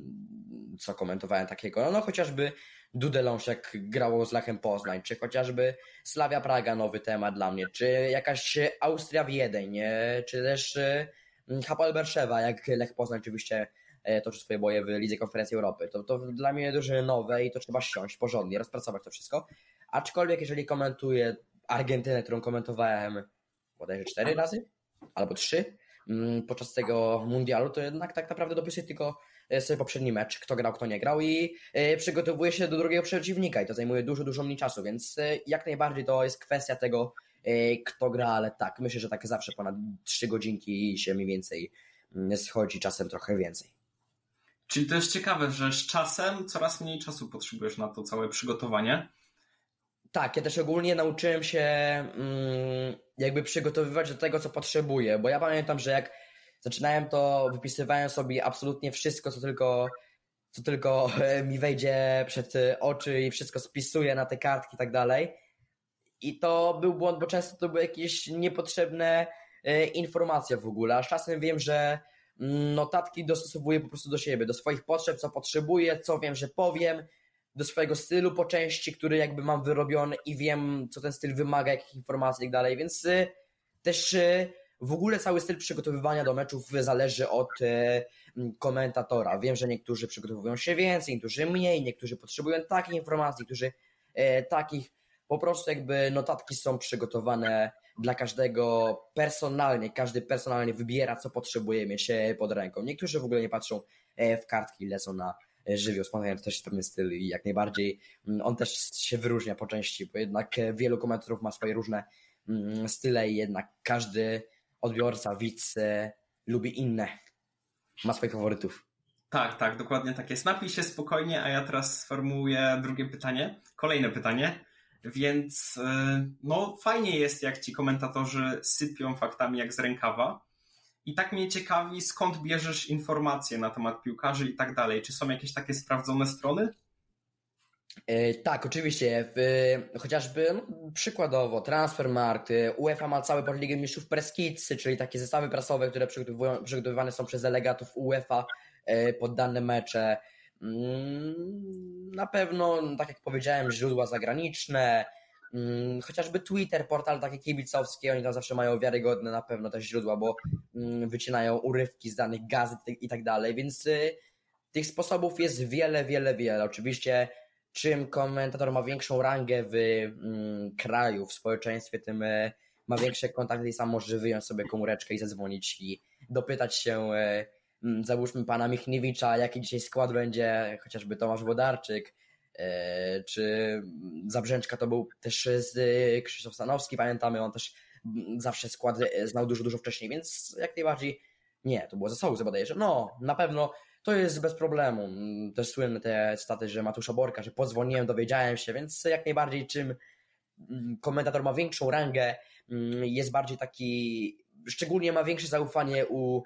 co komentowałem takiego, no, no chociażby Dudeląż jak grało z Lechem Poznań, czy chociażby Slavia Praga, nowy temat dla mnie, czy jakaś Austria Wiedeń, czy też Hapoel Berszewa, jak Lech Poznań oczywiście toczy swoje boje w Lidze Konferencji Europy. To, to dla mnie duże nowe i to trzeba siąść porządnie, rozpracować to wszystko. Aczkolwiek jeżeli komentuję Argentynę, którą komentowałem bodajże cztery razy, albo trzy podczas tego mundialu, to jednak tak naprawdę dopisuję tylko sobie poprzedni mecz, kto grał, kto nie grał i przygotowuję się do drugiego przeciwnika i to zajmuje dużo, dużo mniej czasu, więc jak najbardziej to jest kwestia tego, kto gra, ale tak, myślę, że tak zawsze ponad trzy godzinki się mniej więcej schodzi, czasem trochę więcej. Czyli to jest ciekawe, że z czasem coraz mniej czasu potrzebujesz na to całe przygotowanie. Tak, ja też ogólnie nauczyłem się mm, jakby przygotowywać do tego, co potrzebuję, bo ja pamiętam, że jak zaczynałem, to wypisywałem sobie absolutnie wszystko, co tylko, co tylko mi wejdzie przed oczy i wszystko spisuję na te kartki i tak dalej. I to był błąd, bo często to były jakieś niepotrzebne informacje w ogóle, a z czasem wiem, że notatki dostosowuję po prostu do siebie, do swoich potrzeb, co potrzebuję, co wiem, że powiem, do swojego stylu po części, który jakby mam wyrobiony i wiem, co ten styl wymaga, jakich informacji i tak dalej, więc y, też y, w ogóle cały styl przygotowywania do meczów zależy od y, komentatora. Wiem, że niektórzy przygotowują się więcej, niektórzy mniej, niektórzy potrzebują takich informacji, niektórzy y, takich. Po prostu jakby notatki są przygotowane dla każdego personalnie, każdy personalnie wybiera, co potrzebuje mieć pod ręką. Niektórzy w ogóle nie patrzą w kartki, lecą na żywioł, spontanicznie, to też jest pewien styl i jak najbardziej on też się wyróżnia po części, bo jednak wielu komentatorów ma swoje różne style i jednak każdy odbiorca, widz lubi inne, ma swoich faworytów. Tak, tak, dokładnie tak jest. Napij się spokojnie, a ja teraz sformułuję drugie pytanie, kolejne pytanie. Więc no fajnie jest, jak ci komentatorzy sypią faktami jak z rękawa. I tak mnie ciekawi, skąd bierzesz informacje na temat piłkarzy i tak dalej. Czy są jakieś takie sprawdzone strony? Yy, tak, oczywiście. Yy, chociażby no, przykładowo Transfermarkt, yy, UEFA ma cały port Ligi Mistrzów Press Kits, czyli takie zestawy prasowe, które przygotowywane są przez delegatów UEFA yy, pod dane mecze. Na pewno, tak jak powiedziałem, źródła zagraniczne, chociażby Twitter, portal takie kibicowskie, oni tam zawsze mają wiarygodne na pewno też źródła, bo wycinają urywki z danych gazet i tak dalej, więc tych sposobów jest wiele, wiele, wiele. Oczywiście czym komentator ma większą rangę w kraju, w społeczeństwie, tym ma większe kontakty i sam może wyjąć sobie komóreczkę i zadzwonić i dopytać się, załóżmy pana Michniewicza, jaki dzisiaj skład będzie, chociażby Tomasz Włodarczyk, czy Zabrzęczka to był też z Krzysztof Stanowski, pamiętamy, on też zawsze skład znał dużo, dużo wcześniej, więc jak najbardziej nie, to było za Sołzy bodajże, no na pewno to jest bez problemu, też słynne te staty, że Matusza Borka, że podzwoniłem, dowiedziałem się, więc jak najbardziej czym komentator ma większą rangę, jest bardziej taki, szczególnie ma większe zaufanie u,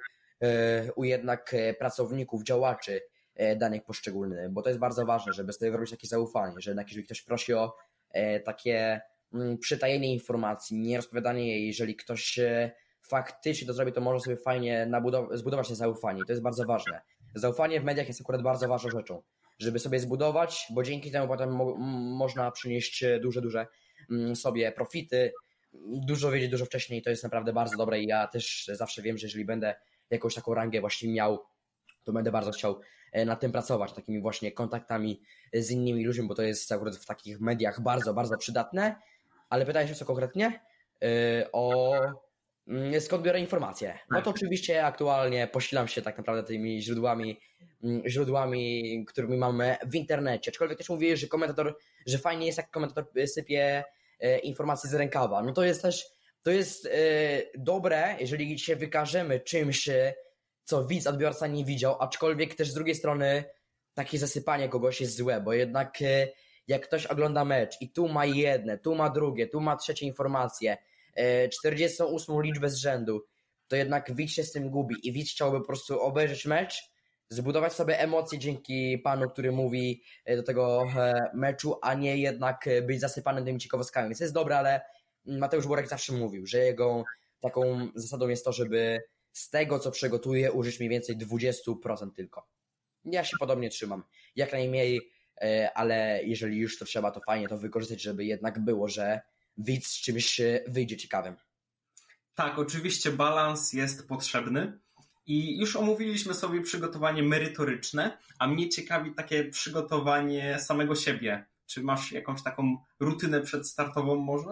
u jednak pracowników, działaczy danych poszczególnych, bo to jest bardzo ważne, żeby sobie wyrobić takie zaufanie, że jednak jeżeli ktoś prosi o takie przytajenie informacji, nie rozpowiadanie jej, jeżeli ktoś faktycznie to zrobi, to może sobie fajnie nabudow- zbudować się zaufanie. To jest bardzo ważne. Zaufanie w mediach jest akurat bardzo ważną rzeczą, żeby sobie zbudować, bo dzięki temu potem mo- można przynieść duże, duże sobie profity, dużo wiedzieć dużo wcześniej, to jest naprawdę bardzo dobre i ja też zawsze wiem, że jeżeli będę jakąś taką rangę właśnie miał, to będę bardzo chciał nad tym pracować, takimi właśnie kontaktami z innymi ludźmi, bo to jest akurat w takich mediach bardzo, bardzo przydatne. Ale pytałeś się co konkretnie? Yy, o yy, skąd biorę informacje. No to oczywiście aktualnie posilam się tak naprawdę tymi źródłami, yy, źródłami, którymi mamy w internecie. Aczkolwiek też mówię, że komentator, że fajnie jest, jak komentator sypie yy, informacje z rękawa. No to jest też, to jest yy, dobre, jeżeli się wykażemy czymś, co widz, odbiorca nie widział, aczkolwiek też z drugiej strony takie zasypanie kogoś jest złe, bo jednak yy, jak ktoś ogląda mecz i tu ma jedne, tu ma drugie, tu ma trzecie informacje, czterdziestą ósmą liczbę z rzędu, to jednak widz się z tym gubi i widz chciałby po prostu obejrzeć mecz, zbudować sobie emocje dzięki panu, który mówi do tego meczu, a nie jednak być zasypanym tymi ciekawostkami. Więc to jest dobre, ale Mateusz Borek zawsze mówił, że jego taką zasadą jest to, żeby z tego, co przygotuje, użyć mniej więcej dwadzieścia procent tylko. Ja się podobnie trzymam. Jak najmniej, ale jeżeli już to trzeba, to fajnie to wykorzystać, żeby jednak było, że widz z czymś wyjdzie ciekawym. Tak, oczywiście balans jest potrzebny i już omówiliśmy sobie przygotowanie merytoryczne, a mnie ciekawi takie przygotowanie samego siebie. Czy masz jakąś taką rutynę przedstartową może?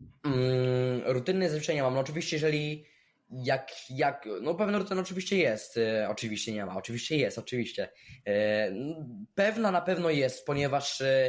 Mm, rutyny zazwyczaj nie mam. No oczywiście, jeżeli jak, jak, no pewna rutyna oczywiście jest, e, oczywiście nie ma, oczywiście jest, oczywiście. E, pewna na pewno jest, ponieważ e,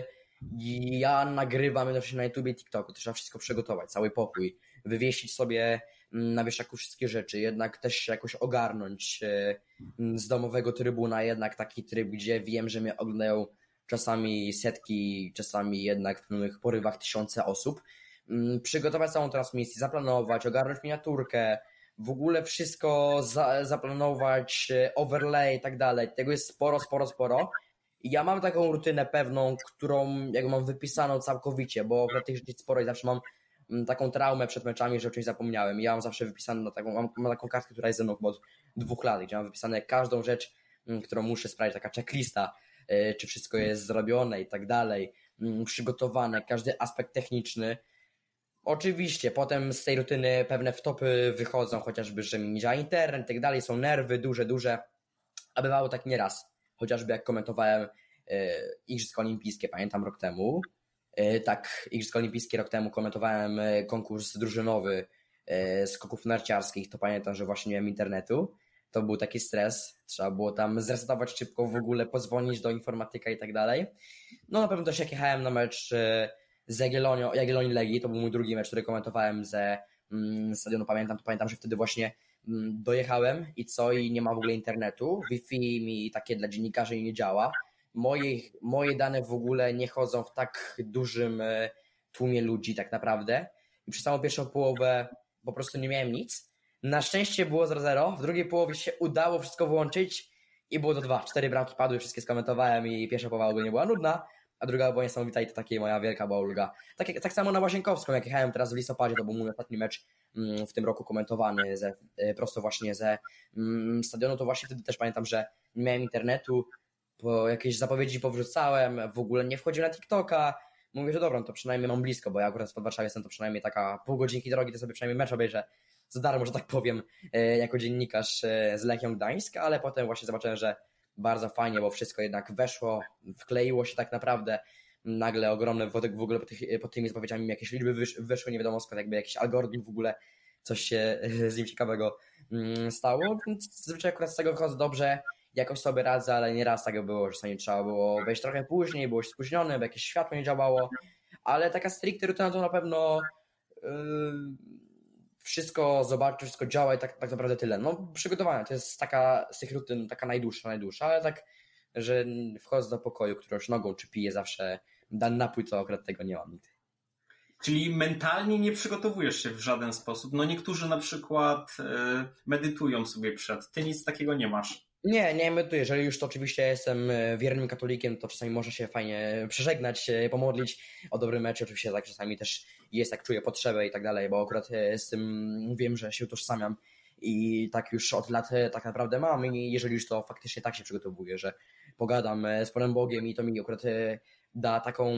ja nagrywam jednocześnie na YouTubie i TikToku, to trzeba wszystko przygotować, cały pokój, wywiesić sobie na wieszaku wszystkie rzeczy, jednak też się jakoś ogarnąć e, z domowego trybu na jednak taki tryb, gdzie wiem, że mnie oglądają czasami setki, czasami jednak w pewnych porywach tysiące osób. Przygotować całą transmisję, zaplanować, ogarnąć miniaturkę, w ogóle wszystko za, zaplanować, overlay i tak dalej. Tego jest sporo, sporo, sporo. I ja mam taką rutynę pewną, którą jak mam wypisaną całkowicie, bo akurat tych rzeczy sporo i zawsze mam taką traumę przed meczami, że o czymś zapomniałem. I ja mam zawsze wypisaną na taką, mam, mam taką kartkę, która jest ze mną od dwóch lat, gdzie mam wypisane każdą rzecz, którą muszę sprawdzić, taka checklista, czy wszystko jest zrobione i tak dalej, przygotowane, każdy aspekt techniczny. Oczywiście, potem z tej rutyny pewne wtopy wychodzą, chociażby, że mi nie działa internet i tak dalej, są nerwy duże, duże, a bywało tak nieraz, chociażby jak komentowałem e, Igrzyska Olimpijskie, pamiętam rok temu, e, tak, Igrzyska Olimpijskie rok temu komentowałem e, konkurs drużynowy e, skoków narciarskich, to pamiętam, że właśnie nie miałem internetu, to był taki stres, trzeba było tam zresetować szybko w ogóle, pozwolić do informatyka i tak dalej. No na pewno też jak jechałem na mecz e, z Jagiellonią, Jagiellonii Legii, to był mój drugi mecz, który komentowałem ze mm, stadionu, pamiętam, to pamiętam, że wtedy właśnie mm, dojechałem i co, i nie ma w ogóle internetu, Wi-Fi mi takie dla dziennikarzy nie działa, moje, moje dane w ogóle nie chodzą w tak dużym e, tłumie ludzi tak naprawdę i przez całą pierwszą połowę po prostu nie miałem nic. Na szczęście było zero zero, w drugiej połowie się udało wszystko włączyć i było do dwa, cztery bramki padły, wszystkie skomentowałem i pierwsza połowa ogólnie była nudna, a druga była niesamowita i to takie moja wielka była ulga. Tak, tak samo na Łazienkowską, jak jechałem teraz w listopadzie, to był mój ostatni mecz w tym roku komentowany ze, prosto właśnie ze stadionu, to właśnie wtedy też pamiętam, że nie miałem internetu, bo jakieś zapowiedzi powrzucałem, w ogóle nie wchodziłem na TikToka, mówię, że dobra, no to przynajmniej mam blisko, bo ja akurat w Warszawie jestem, to przynajmniej taka pół godzinki drogi, to sobie przynajmniej mecz obejrzę za darmo, że tak powiem, jako dziennikarz z Lechią Gdańsk, ale potem właśnie zobaczyłem, że bardzo fajnie, bo wszystko jednak weszło, wkleiło się tak naprawdę. Nagle ogromny wodek w ogóle pod, tych, pod tymi zapowiedziami jakieś liczby wysz, wyszły, nie wiadomo skąd, jakby jakiś algorytm w ogóle, coś się z nim ciekawego stało, więc zazwyczaj akurat z tego wychodzę dobrze, jakoś sobie radzę, ale nieraz tak było, że sobie trzeba było wejść trochę później, było się spóźnione, bo jakieś światło nie działało, ale taka stricte rutyna to na pewno yy, wszystko zobaczyć, wszystko działa i tak, tak naprawdę tyle. No przygotowanie to jest taka z tych rutyn taka najdłuższa, najdłuższa, ale tak, że wchodzę do pokoju, który już nogą czy piję zawsze dany napój, to akurat tego nie mam nigdy. Czyli mentalnie nie przygotowujesz się w żaden sposób. No niektórzy na przykład y, medytują sobie przed. Ty nic takiego nie masz. Nie, nie medytuję. Jeżeli już to oczywiście jestem wiernym katolikiem, to czasami może się fajnie przeżegnać, pomodlić o dobry mecz. Oczywiście tak czasami też jest, jak czuję potrzebę i tak dalej, bo akurat z tym wiem, że się utożsamiam i tak już od lat tak naprawdę mam i jeżeli już to faktycznie tak się przygotowuję, że pogadam z Panem Bogiem i to mi akurat da taką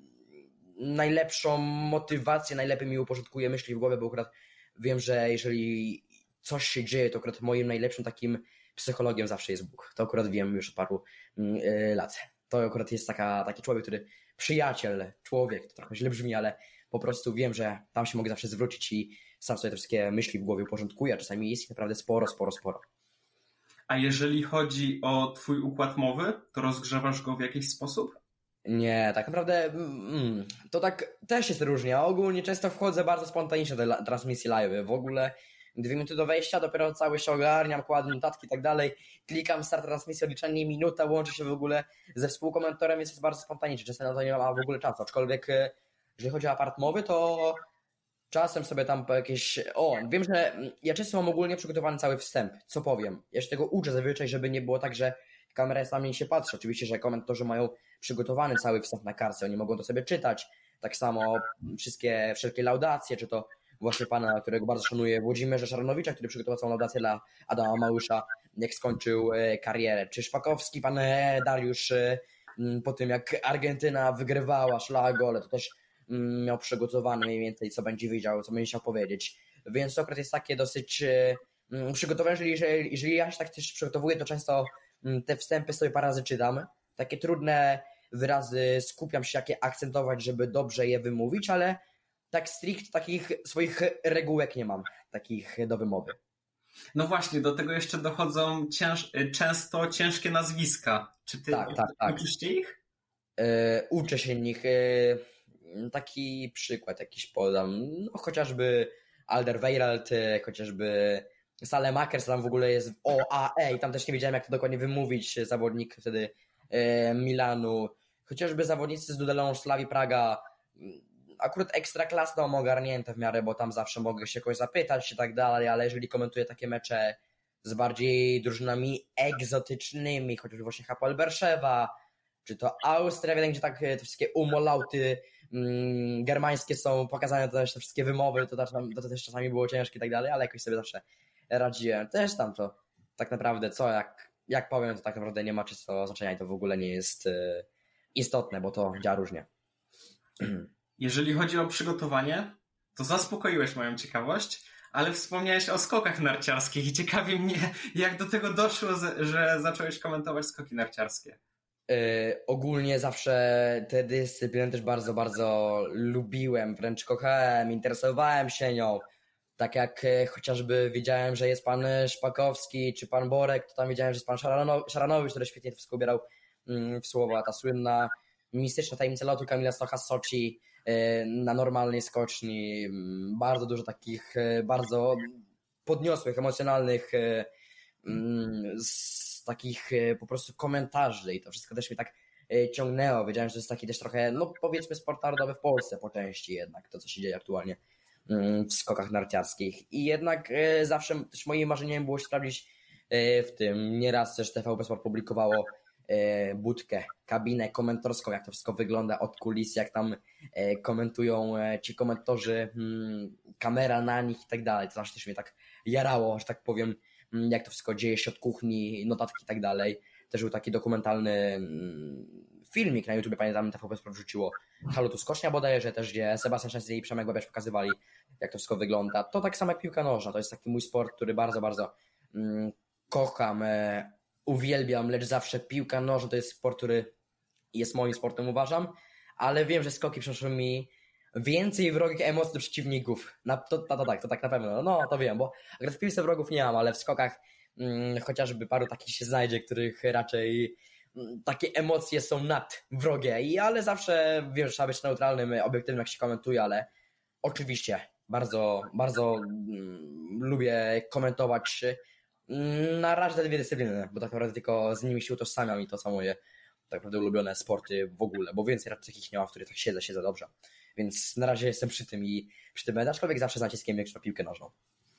najlepszą motywację, najlepiej mi uporządkuje myśli w głowie, bo akurat wiem, że jeżeli coś się dzieje, to akurat moim najlepszym takim psychologiem zawsze jest Bóg. To akurat wiem już od paru yy, lat. To akurat jest taka, taki człowiek, który przyjaciel, człowiek, to trochę źle brzmi, ale po prostu wiem, że tam się mogę zawsze zwrócić i sam sobie te wszystkie myśli w głowie uporządkuję, a czasami jest ich naprawdę sporo, sporo, sporo. A jeżeli chodzi o twój układ mowy, to rozgrzewasz go w jakiś sposób? Nie, tak naprawdę mm, to tak też jest różnie. Ogólnie często wchodzę bardzo spontanicznie do la- transmisji live. W ogóle dwie minuty do wejścia, dopiero cały się ogarniam, kładę notatki i tak dalej. Klikam start transmisji, odliczenie minuta, łączę się w ogóle ze współkomentorem, więc jest bardzo spontanicznie. Często na to nie ma w ogóle czasu. Aczkolwiek jeżeli chodzi o aparat mowy, to czasem sobie tam po jakieś... O, wiem, że ja często mam ogólnie przygotowany cały wstęp, co powiem. Ja się tego uczę zazwyczaj, żeby nie było tak, że kamera jest na mnie i się patrzy. Oczywiście, że komentatorzy mają przygotowany cały wstęp na kartce, oni mogą to sobie czytać. Tak samo wszystkie, wszelkie laudacje, czy to właśnie pana, którego bardzo szanuję, Włodzimierza Szaranowicza, który przygotował całą laudację dla Adama Małysza, jak skończył karierę. Czy Szpakowski, pan Dariusz, po tym jak Argentyna wygrywała, szlała gole, to też miał przygotowane mniej więcej, co będzie wiedział, co będzie chciał powiedzieć. Więc to akurat jest takie dosyć przygotowane, jeżeli, jeżeli, jeżeli ja się tak też przygotowuję, to często te wstępy sobie parę razy czytam. Takie trudne wyrazy skupiam się, jakie akcentować, żeby dobrze je wymówić, ale tak stricte takich swoich regułek nie mam, takich do wymowy. No właśnie, do tego jeszcze dochodzą cięż, często ciężkie nazwiska. Czy ty tak, tak, tak. uczysz się ich? Yy, uczę się nich. Yy, taki przykład jakiś podam. No, chociażby Alderweireld, chociażby Salemakers, tam w ogóle jest O A E i tam też nie wiedziałem, jak to dokładnie wymówić, zawodnik wtedy yy, Milanu. Chociażby zawodnicy z Dudelą Slawi Praga, akurat ekstraklasną ogarnięte w miarę, bo tam zawsze mogę się kogoś zapytać i tak dalej, ale jeżeli komentuję takie mecze z bardziej drużynami egzotycznymi, chociażby właśnie Hapoel Berszewa, czy to Austria, wiem, gdzie tak te wszystkie umolauty mm, germańskie są pokazane, to też te wszystkie wymowy, to też, to też czasami było ciężkie i tak dalej, ale jakoś sobie zawsze radziłem. Też tam to tak naprawdę co, jak, jak powiem, to tak naprawdę nie ma czysto znaczenia i to w ogóle nie jest y, istotne, bo to działa różnie. Jeżeli chodzi o przygotowanie, to zaspokoiłeś moją ciekawość, ale wspomniałeś o skokach narciarskich i ciekawi mnie, jak do tego doszło, że zacząłeś komentować skoki narciarskie. Yy, ogólnie zawsze tę dyscyplinę też bardzo, bardzo lubiłem, wręcz kochałem, interesowałem się nią. Tak jak e, chociażby wiedziałem, że jest pan Szpakowski czy pan Borek, to tam wiedziałem, że jest pan Szarano- Szaranowicz, który świetnie to wszystko ubierał mm, w słowa. Ta słynna mistyczna tajemnica lotu Kamila Stocha z Soczi e, na normalnej skoczni. Mm, bardzo dużo takich e, bardzo podniosłych, emocjonalnych e, mm, z takich e, po prostu komentarzy i to wszystko też mnie tak e, ciągnęło. Wiedziałem, że to jest taki też trochę, no powiedzmy, sport narodowy w Polsce po części jednak, to co się dzieje aktualnie w skokach narciarskich. I jednak e, zawsze też moim marzeniem było się sprawdzić e, w tym. Nieraz też T V P Sport publikowało e, budkę, kabinę komentarską, jak to wszystko wygląda od kulis, jak tam e, komentują e, ci komentatorzy, hmm, kamera na nich i tak dalej. To zawsze też mnie tak jarało, że tak powiem, hmm, jak to wszystko dzieje się od kuchni, notatki i tak dalej. Też był taki dokumentalny hmm, filmik na YouTube, pamiętam, T V P Sport wrzuciło Halo tu skocznia bodajże też, gdzie Sebastian Szczęsny i Przemek Babiarz pokazywali, jak to wszystko wygląda. To tak samo jak piłka nożna, to jest taki mój sport, który bardzo, bardzo mm, kocham, e, uwielbiam, lecz zawsze piłka nożna to jest sport, który jest moim sportem, uważam, ale wiem, że skoki przynoszą mi więcej wrogich emocji do przeciwników. Na, to, to, to tak, to tak na pewno, no to wiem, bo akurat w piłce wrogów nie mam, ale w skokach mm, chociażby paru takich się znajdzie, których raczej takie emocje są nad wrogie, I, ale zawsze wiem, że trzeba być neutralnym, obiektywnym, jak się komentuje, ale oczywiście bardzo, bardzo mm, lubię komentować mm, na razie te dwie dyscypliny, bo tak naprawdę tylko z nimi się utożsamiam i to są moje tak naprawdę ulubione sporty w ogóle, bo więcej raczej takich nie ma, w których tak siedzę, siedzę dobrze. Więc na razie jestem przy tym i przy tym będę, aczkolwiek zawsze z naciskiem większy na piłkę nożną.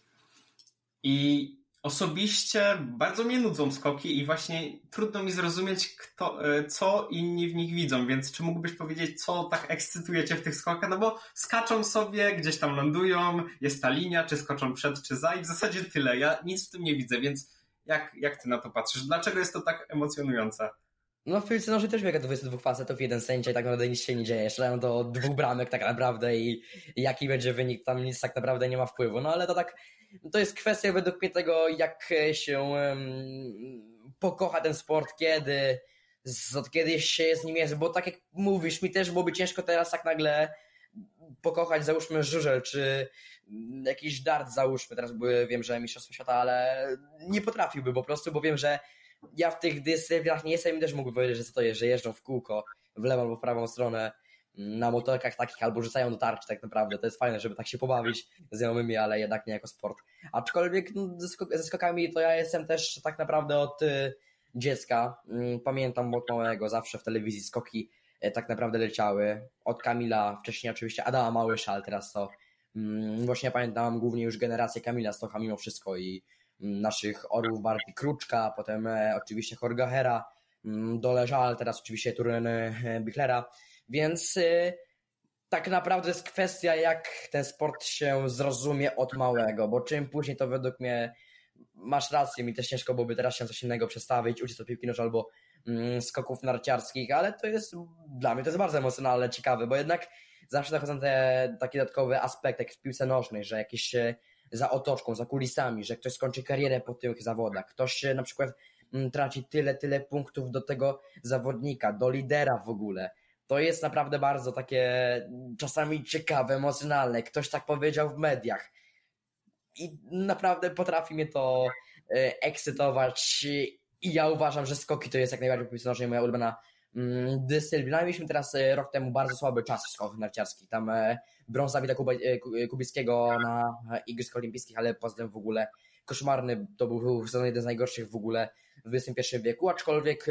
I osobiście bardzo mnie nudzą skoki i właśnie trudno mi zrozumieć, kto, co inni w nich widzą, więc czy mógłbyś powiedzieć, co tak ekscytuje cię w tych skokach? No bo skaczą sobie, gdzieś tam lądują, jest ta linia, czy skoczą przed, czy za i w zasadzie tyle. Ja nic w tym nie widzę, więc jak, jak ty na to patrzysz? Dlaczego jest to tak emocjonujące? No w piłce nożnej też biega dwudziestu dwóch facetów, jeden sędzia i tak naprawdę nic się nie dzieje. Strzelają do dwóch bramek tak naprawdę i, i jaki będzie wynik, tam nic tak naprawdę nie ma wpływu. No ale to tak, to jest kwestia według mnie tego, jak się um, pokocha ten sport, kiedy, z, od kiedy się z nim jest, bo tak jak mówisz, mi też byłoby ciężko teraz tak nagle pokochać, załóżmy żużel, czy jakiś dart załóżmy, teraz by, wiem, że mistrzostwo świata, ale nie potrafiłby po prostu, bo wiem, że ja w tych dyscyplinach nie jestem i też mógłbym powiedzieć, że co to jest, że jeżdżą w kółko w lewą albo w prawą stronę na motorkach takich albo rzucają do tarczy tak naprawdę. To jest fajne, żeby tak się pobawić z znajomymi, ale jednak nie jako sport. Aczkolwiek no, ze, skok- ze skokami to ja jestem też tak naprawdę od y, dziecka. Y, pamiętam od małego zawsze w telewizji skoki y, tak naprawdę leciały. Od Kamila, wcześniej oczywiście Adama Małysza, ale teraz to y, właśnie pamiętam głównie już generację Kamila Stocha mimo wszystko i naszych orłów Barti Kruczka, potem e, oczywiście Horgachera, Doleżal, teraz oczywiście Turen e, Bichlera, więc e, tak naprawdę jest kwestia, jak ten sport się zrozumie od małego, bo czym później to według mnie, masz rację, mi też ciężko byłoby teraz się coś innego przestawić, uciec od piłki nożnej albo mm, skoków narciarskich, ale to jest, dla mnie to jest bardzo emocjonalne, ciekawe, bo jednak zawsze dochodzą te taki dodatkowy aspekt, jak w piłce nożnej, że jakieś za otoczką, za kulisami, że ktoś skończy karierę po tych zawodach, ktoś na przykład traci tyle, tyle punktów do tego zawodnika, do lidera w ogóle. To jest naprawdę bardzo takie czasami ciekawe, emocjonalne. Ktoś tak powiedział w mediach. I naprawdę potrafi mnie to ekscytować. I ja uważam, że skoki to jest jak najbardziej po piłce nożnej moja ulubiona dyscyplina. Mieliśmy teraz rok temu bardzo słaby czas w skokach narciarskich. Tam brąz Dawida Kubickiego na Igrzyskach Olimpijskich, ale poza tym w ogóle koszmarny. To był sezon jeden z najgorszych w ogóle w dwudziestym pierwszym wieku, aczkolwiek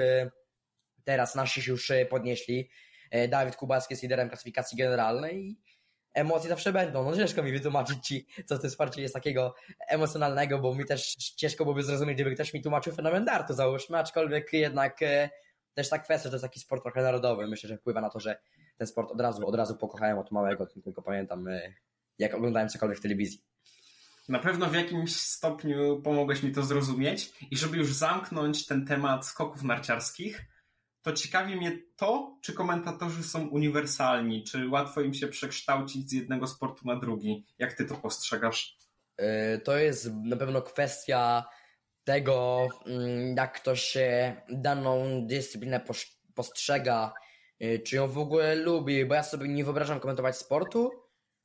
teraz nasi się już podnieśli. Dawid Kubacki jest liderem klasyfikacji generalnej i emocje zawsze będą. No ciężko mi wytłumaczyć ci, co w tym sporcie jest takiego emocjonalnego, bo mi też ciężko byłoby zrozumieć, gdyby ktoś mi tłumaczył fenomen dartu, załóżmy, aczkolwiek jednak też ta kwestia, że to jest taki sport trochę narodowy. Myślę, że wpływa na to, że ten sport od razu, od razu pokochałem od małego, tylko pamiętam, jak oglądałem cokolwiek w telewizji. Na pewno w jakimś stopniu pomogłeś mi to zrozumieć i żeby już zamknąć ten temat skoków narciarskich, to ciekawi mnie to, czy komentatorzy są uniwersalni, czy łatwo im się przekształcić z jednego sportu na drugi. Jak ty to postrzegasz? To jest na pewno kwestia tego, jak ktoś daną dyscyplinę postrzega, czy ją w ogóle lubi, bo ja sobie nie wyobrażam komentować sportu,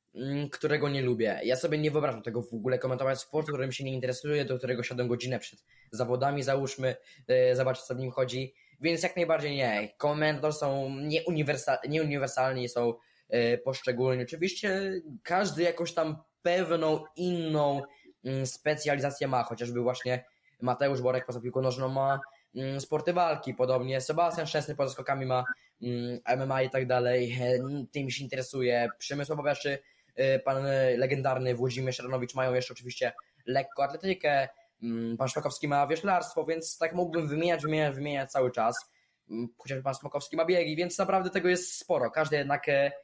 którego nie lubię. Ja sobie nie wyobrażam tego w ogóle komentować sportu, którym się nie interesuje, do którego siadam godzinę przed zawodami, załóżmy, zobaczyć, co w nim chodzi. Więc jak najbardziej nie. Komentatorzy są nieuniwersal, nieuniwersalni, są y, poszczególni. Oczywiście każdy jakąś tam pewną inną y, specjalizację ma, chociażby właśnie Mateusz Borek poza piłką nożną ma y, sporty walki, podobnie Sebastian Szczęsny poza skokami ma y, M M A i tak dalej. Y, tym się interesuje. Przemysław Babiaszy, y, pan legendarny Włodzimierz Szranowicz mają jeszcze oczywiście lekkoatletykę. Pan Szmakowski ma wioślarstwo, więc tak mógłbym wymieniać, wymieniać, wymieniać cały czas. Chociażby pan Smakowski ma biegi, więc naprawdę tego jest sporo. Każdy jednak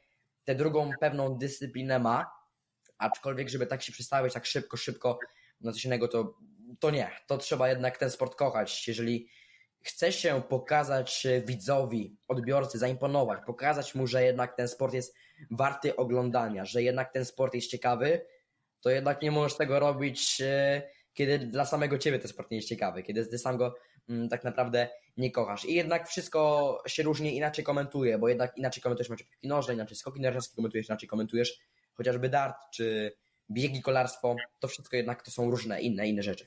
tę drugą pewną dyscyplinę ma, aczkolwiek żeby tak się przestawić tak szybko, szybko na coś innego, to, to nie. To trzeba jednak ten sport kochać. Jeżeli chce się pokazać widzowi, odbiorcy, zaimponować, pokazać mu, że jednak ten sport jest warty oglądania, że jednak ten sport jest ciekawy, to jednak nie możesz tego robić, kiedy dla samego ciebie ten sport nie jest ciekawy, kiedy ty sam go mm, tak naprawdę nie kochasz. I jednak wszystko się różnie inaczej komentuje, bo jednak inaczej komentujesz mecze piłki nożnej, inaczej skoki narciarskie komentujesz, inaczej komentujesz chociażby dart, czy biegi, kolarstwo, to wszystko jednak to są różne inne, inne rzeczy.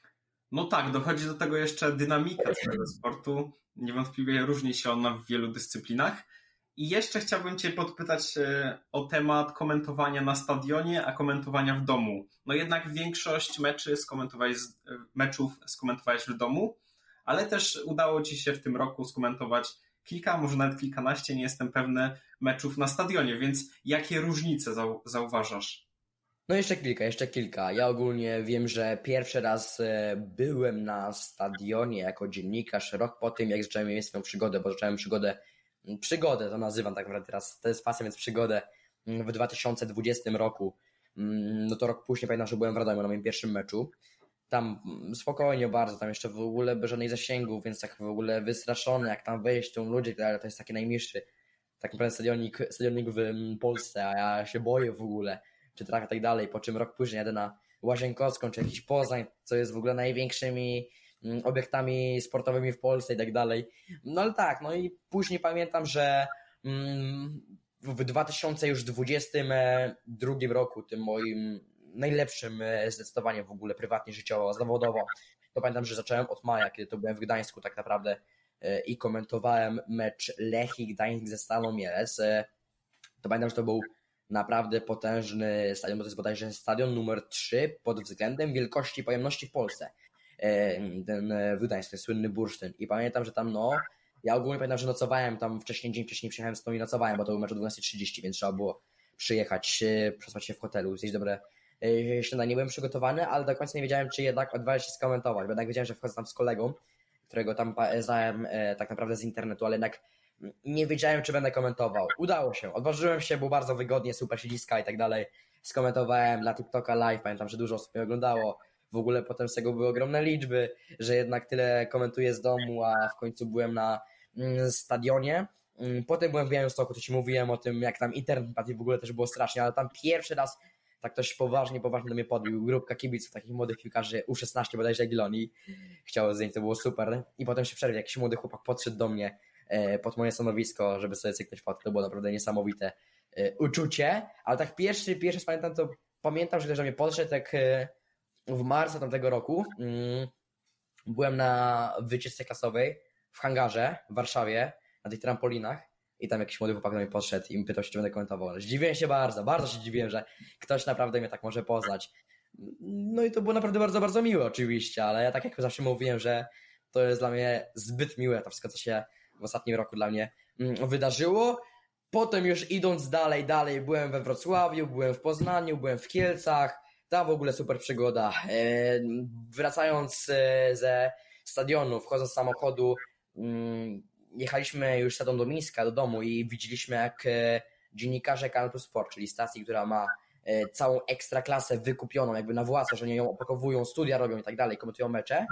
No tak, dochodzi do tego jeszcze dynamika tego sportu. Niewątpliwie różni się ona w wielu dyscyplinach. I jeszcze chciałbym cię podpytać o temat komentowania na stadionie, a komentowania w domu. No jednak większość meczy skomentowałeś, meczów skomentowałeś w domu, ale też udało ci się w tym roku skomentować kilka, może nawet kilkanaście, nie jestem pewny, meczów na stadionie, więc jakie różnice zau- zauważasz? No jeszcze kilka, jeszcze kilka. Ja ogólnie wiem, że pierwszy raz e, byłem na stadionie jako dziennikarz rok po tym, jak zacząłem mieć swoją przygodę, bo zacząłem przygodę, przygodę to nazywam tak naprawdę teraz, to jest pasja, więc przygodę w dwa tysiące dwudziestym roku. No to rok później pamiętam, że byłem w Radomiu na moim pierwszym meczu. Tam spokojnie bardzo, tam jeszcze w ogóle bez żadnych zasięgów, więc tak w ogóle wystraszony, jak tam wejść, tu ludzie, ale to jest taki najmniejszy tak naprawdę stadionik, stadionik w Polsce, a ja się boję w ogóle, czy trafię tak dalej, po czym rok później jadę na Łazienkowską, czy jakiś Poznań, co jest w ogóle największymi obiektami sportowymi w Polsce i tak dalej. No ale tak, no i później pamiętam, że w dwa tysiące dwudziestym drugim roku, tym moim najlepszym zdecydowanie w ogóle prywatnie, życiowo, zawodowo, to pamiętam, że zacząłem od maja, kiedy to byłem w Gdańsku tak naprawdę i komentowałem mecz Lechii Gdańsk ze Stalą Mielec. To pamiętam, że to był naprawdę potężny stadion, bo to jest bodajże stadion numer trzy pod względem wielkości i pojemności w Polsce. Ten w Gdańsku, ten słynny bursztyn. I pamiętam, że tam no, ja ogólnie pamiętam, że nocowałem tam wcześniej, dzień wcześniej przyjechałem z tą i nocowałem, bo to był mecz o dwunasta trzydzieści, więc trzeba było przyjechać, przespać się w hotelu, zjeść dobre śniadanie. Nie byłem przygotowany, ale do końca nie wiedziałem, czy jednak odważyć się skomentować, bo jednak wiedziałem, że wchodzę tam z kolegą, którego tam znałem tak naprawdę z internetu, ale jednak nie wiedziałem, czy będę komentował. Udało się, odważyłem się, było bardzo wygodnie, super siedziska i tak dalej. Skomentowałem dla TikToka live, pamiętam, że dużo osób mnie oglądało. W ogóle potem z tego były ogromne liczby, że jednak tyle komentuję z domu, a w końcu byłem na stadionie. Potem byłem w Białymstoku, to ci mówiłem o tym, jak tam internet i w ogóle też było strasznie, ale tam pierwszy raz tak ktoś poważnie, poważnie do mnie podbił. Grupka kibiców, takich młodych piłkarzy, U szesnaście bodajże Jagiellonii. Chciało zdjęć, to było super. I potem się przerwie, jakiś młody chłopak podszedł do mnie pod moje stanowisko, żeby sobie cyknąć fotę. To było naprawdę niesamowite uczucie. Ale tak pierwszy, pierwszy pamiętam, to pamiętam, że ktoś do mnie podszedł, tak w marcu tamtego roku. Byłem na wycieczce klasowej w hangarze w Warszawie, na tych trampolinach. I tam jakiś młody chłopak do mnie podszedł i mi pytał się, czy będę komentował. Zdziwiłem się bardzo, bardzo się dziwiłem, że ktoś naprawdę mnie tak może poznać. No i to było naprawdę bardzo, bardzo miłe oczywiście, ale ja tak jak zawsze mówiłem, że to jest dla mnie zbyt miłe, to wszystko, co się w ostatnim roku dla mnie wydarzyło. Potem już idąc dalej, dalej, byłem we Wrocławiu, byłem w Poznaniu, byłem w Kielcach, tam w ogóle super przygoda. Wracając ze stadionu, wchodząc z samochodu, jechaliśmy już stadą do Mińska, do domu i widzieliśmy, jak dziennikarze Kanal Plus Sport, czyli stacji, która ma całą ekstraklasę wykupioną jakby na własność, że nie ją opakowują, studia robią i tak dalej, komentują mecze,